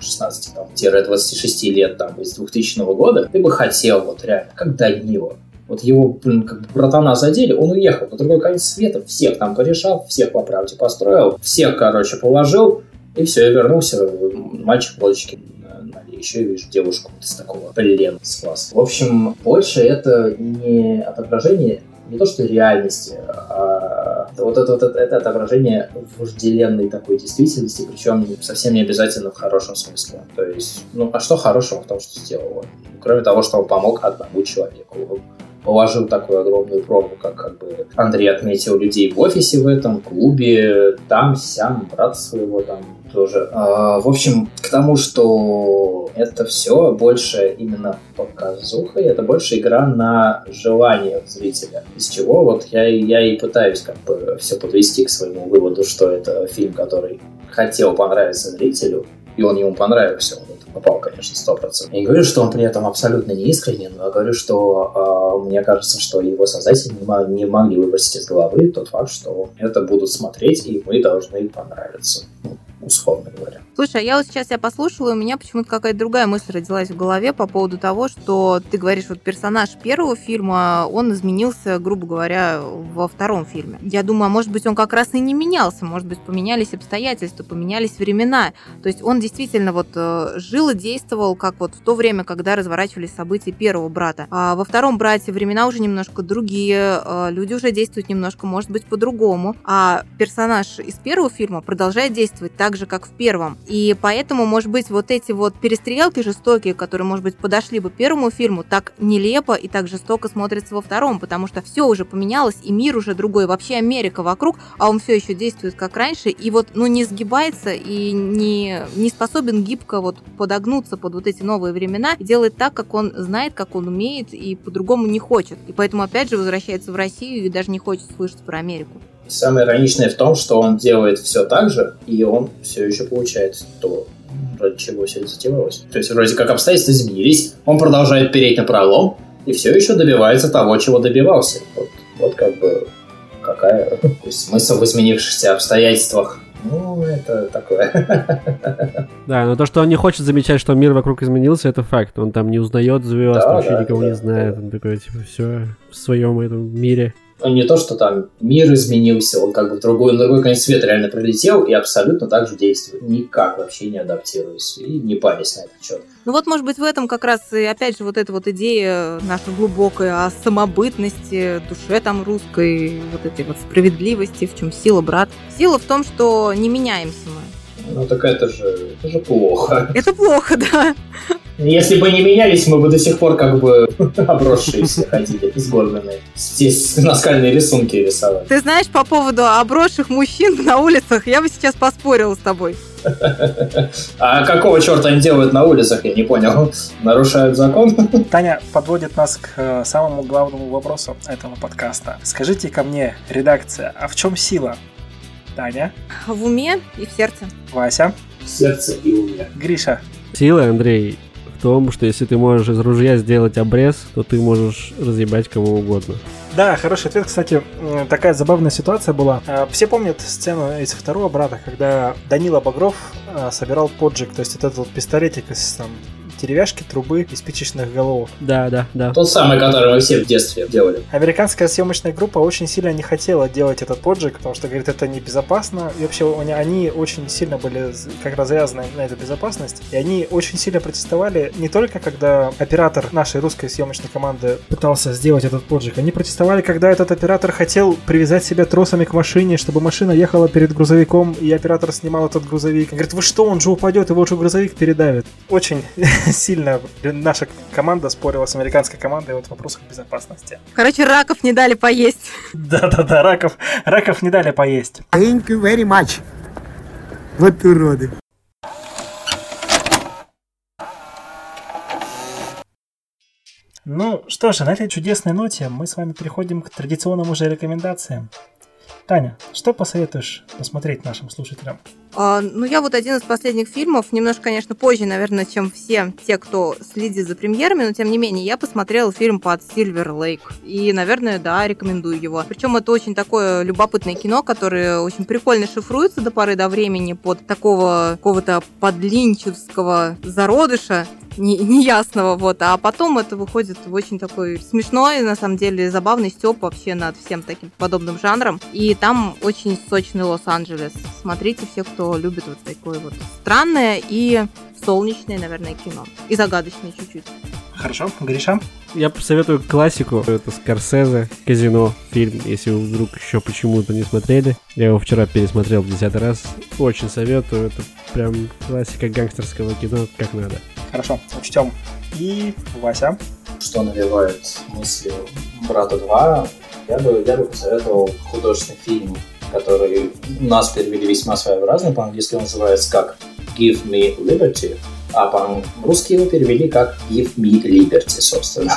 16-26 лет, там, из 2000 года, ты бы хотел, вот, реально, как Данила. Вот его, как бы, братана задели, он уехал на другой конец света, всех там порешал, всех по правде построил, всех, положил, и все, я вернулся, мальчик водочки налей, еще я вижу девушку из такого плена с класса. В общем, больше это не отображение не то что реальности, а это отображение вожделенной такой действительности, причем совсем не обязательно в хорошем смысле. То есть, а что хорошего в том, что сделал он? Кроме того, что он помог одному человеку. положил такую огромную пробу, как бы Андрей отметил, людей в офисе в этом, клубе, там, сям, брат своего там тоже. В общем, к тому, что это все больше именно показуха, это больше игра на желание зрителя. Из чего вот я и пытаюсь как бы все подвести к своему выводу, что это фильм, который хотел понравиться зрителю, и он ему понравился. Он попал, конечно, 100%. Я не говорю, что он при этом абсолютно не искренен, но я говорю, что мне кажется, что его создатели не могли выбросить из головы тот факт, что это будут смотреть, и мы должны понравиться. Условно говоря. Слушай, а я вот сейчас тебя послушала, и у меня почему-то какая-то другая мысль родилась в голове по поводу того, что ты говоришь, вот персонаж первого фильма, он изменился, грубо говоря, во втором фильме. Я думаю, может быть, он как раз и не менялся, может быть, поменялись обстоятельства, поменялись времена. То есть он действительно вот жил и действовал, как вот в то время, когда разворачивались события первого брата. А во втором брате времена уже немножко другие, люди уже действуют немножко, может быть, по-другому. А персонаж из первого фильма продолжает действовать так же, как в первом. И поэтому, может быть, вот эти вот перестрелки жестокие, которые, может быть, подошли бы первому фильму, так нелепо и так жестоко смотрятся во втором, потому что все уже поменялось, и мир уже другой, вообще Америка вокруг, а он все еще действует как раньше, и вот, ну, не сгибается и не способен гибко вот подогнуться под вот эти новые времена, и делает так, как он знает, как он умеет, и по-другому не хочет. И поэтому, опять же, возвращается в Россию и даже не хочет слышать про Америку. Самое ироничное в том, что он делает все так же, и он все еще получает то, ради чего все это затевалось. То есть вроде как обстоятельства изменились, он продолжает переть на пролом, и все еще добивается того, чего добивался. Вот как бы какая смысл в изменившихся обстоятельствах. Ну, это такое. Да, но то, что он не хочет замечать, что мир вокруг изменился, это факт. Он там не узнает звезд, вообще никого не знает. Он такой, типа, все в своем этом мире. Не то, что там мир изменился, он как бы в другой конец света реально прилетел и абсолютно так же действует. Никак вообще не адаптируясь и не парясь на этот счет. Ну вот, может быть, в этом как раз и, опять же, вот эта вот идея наша глубокая о самобытности, душе там русской, вот этой вот справедливости, в чем сила, брат. Сила в том, что не меняемся мы. Ну так это же плохо. Это плохо, да. Если бы не менялись, мы бы до сих пор как бы обросшиеся ходили, сгорбленные. Здесь наскальные рисунки рисовали. Ты знаешь, по поводу обросших мужчин на улицах, я бы сейчас поспорила с тобой. А какого черта они делают на улицах, я не понял. Нарушают закон? Таня подводит нас к самому главному вопросу этого подкаста. Скажите ко мне, редакция, а в чем сила? Таня? В уме и в сердце. Вася? В сердце и уме. Гриша? Сила, Андрей, в том, что если ты можешь из ружья сделать обрез, то ты можешь разъебать кого угодно. Да, хороший ответ. Кстати, такая забавная ситуация была. Все помнят сцену из второго брата, когда Данила Багров собирал поджиг, то есть этот вот пистолетик из там деревяшки, трубы и спичечных головок. Да. Тот самый, который мы все в детстве делали. Американская съемочная группа очень сильно не хотела делать этот поджиг, потому что, говорит, это небезопасно. И вообще они очень сильно были как раз завязаны на эту безопасность. И они очень сильно протестовали не только когда оператор нашей русской съемочной команды пытался сделать этот поджиг. Они протестовали, когда этот оператор хотел привязать себя тросами к машине, чтобы машина ехала перед грузовиком, и оператор снимал этот грузовик. Говорит, вы что, он же упадет, его же грузовик передавит. Очень сильно наша команда спорила с американской командой вот в вопросах безопасности. Короче, раков не дали поесть. Да, раков не дали поесть. Thank you very much. Вот уроды. Ну что же, на этой чудесной ноте мы с вами переходим к традиционным уже рекомендациям. Таня, что посоветуешь посмотреть нашим слушателям? Ну, я вот один из последних фильмов, немножко, конечно, позже, наверное, чем все те, кто следит за премьерами, но, тем не менее, я посмотрела фильм под Silver Lake. И, наверное, да, рекомендую его. Причем это очень такое любопытное кино, которое очень прикольно шифруется до поры до времени под такого какого-то подлинчевского зародыша, неясного, вот, а потом это выходит в очень такой смешной, на самом деле, забавный стёб вообще над всем таким подобным жанром, и там очень сочный Лос-Анджелес. Смотрите все, кто любит вот такое вот странное и солнечное, наверное, кино, и загадочное чуть-чуть. Хорошо, Гриша? Я посоветую классику, это Скорсезе, «Казино» фильм, если вы вдруг еще почему-то не смотрели. Я его вчера пересмотрел в 10 раз, очень советую, это прям классика гангстерского кино, как надо. Хорошо, учтем. И Вася? Что навевает мысли «Брата 2», я бы посоветовал художественный фильм, который у нас перевели весьма своеобразно. По-английски он называется как «Give me liberty», а по-русски его перевели как «Give me liberty», собственно.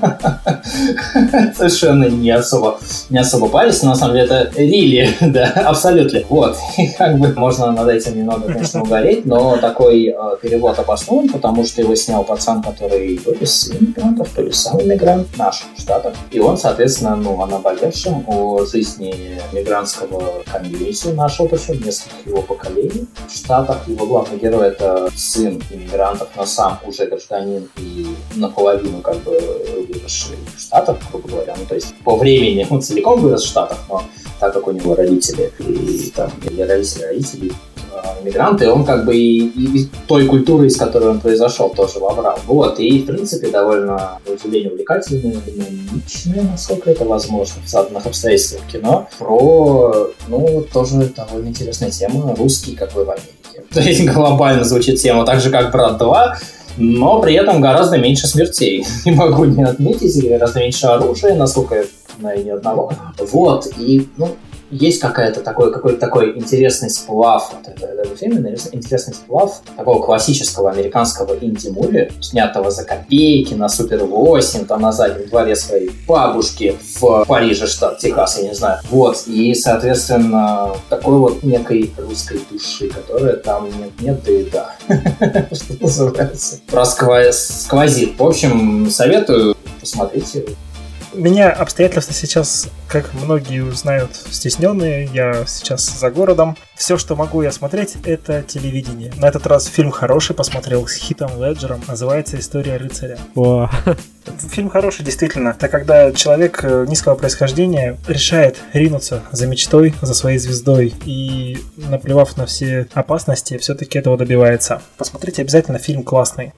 Совершенно не особо париться, но на самом деле это really, да, абсолютно. Вот, и как бы можно над этим немного, конечно, угореть, но такой перевод обоснован, потому что его снял пацан, который то ли сын иммигрантов, то ли сам иммигрант в наших штатах. И он, соответственно, о наболевшем, о жизни мигрантского комьюнити нашего, причем нескольких его поколений в Штатах. Его главный герой — это сын иммигрантов, но сам уже гражданин и наполовину как бы выросший в Штатах, грубо говоря. Ну, то есть по времени он целиком вырос в Штатах, но так как у него родители или родители иммигранты, он как бы и той культуры, из которой он произошел, тоже вобрал. Вот, и в принципе довольно, на удивление, увлекательное, динамичное, насколько это возможно, в заданных обстоятельствах кино, про, тоже довольно интересная тема, русский как бы в Америке. То есть глобально звучит тема так же, как «Брат 2», но при этом гораздо меньше смертей. Не могу не отметить, гораздо меньше оружия, насколько я знаю, ни одного. Вот, и, есть какой-то такой интересный сплав этого фильма, интересный сплав такого классического американского инди-муви, снятого за копейки на Супер 8, там на заднем дворе своей бабушки в Париже, штат Техас, я не знаю. Вот, и, соответственно, такой вот некой русской души, которая там нет, да и да. Что называется. Сквозит. В общем, советую, посмотрите. Меня обстоятельства сейчас, как многие знают, стесненные. Я сейчас за городом. Все, что могу я смотреть, это телевидение. На этот раз фильм хороший, посмотрел с Хитом Леджером. Называется «История рыцаря». О. Фильм хороший, действительно. Это когда человек низкого происхождения решает ринуться за мечтой, за своей звездой. И, наплевав на все опасности, все-таки этого добивается. Посмотрите обязательно, фильм классный.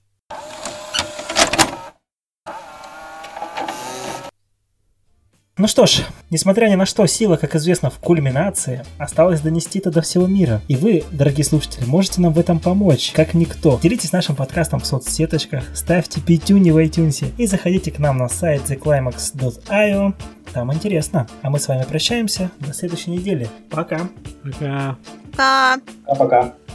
Ну что ж, несмотря ни на что, сила, как известно, в кульминации. Осталось донести это до всего мира. И вы, дорогие слушатели, можете нам в этом помочь, как никто. Делитесь нашим подкастом в соцсеточках, ставьте пятюни в iTunes и заходите к нам на сайт theclimax.io. Там интересно. А мы с вами прощаемся до следующей недели. Пока. Пока. Пока. Пока.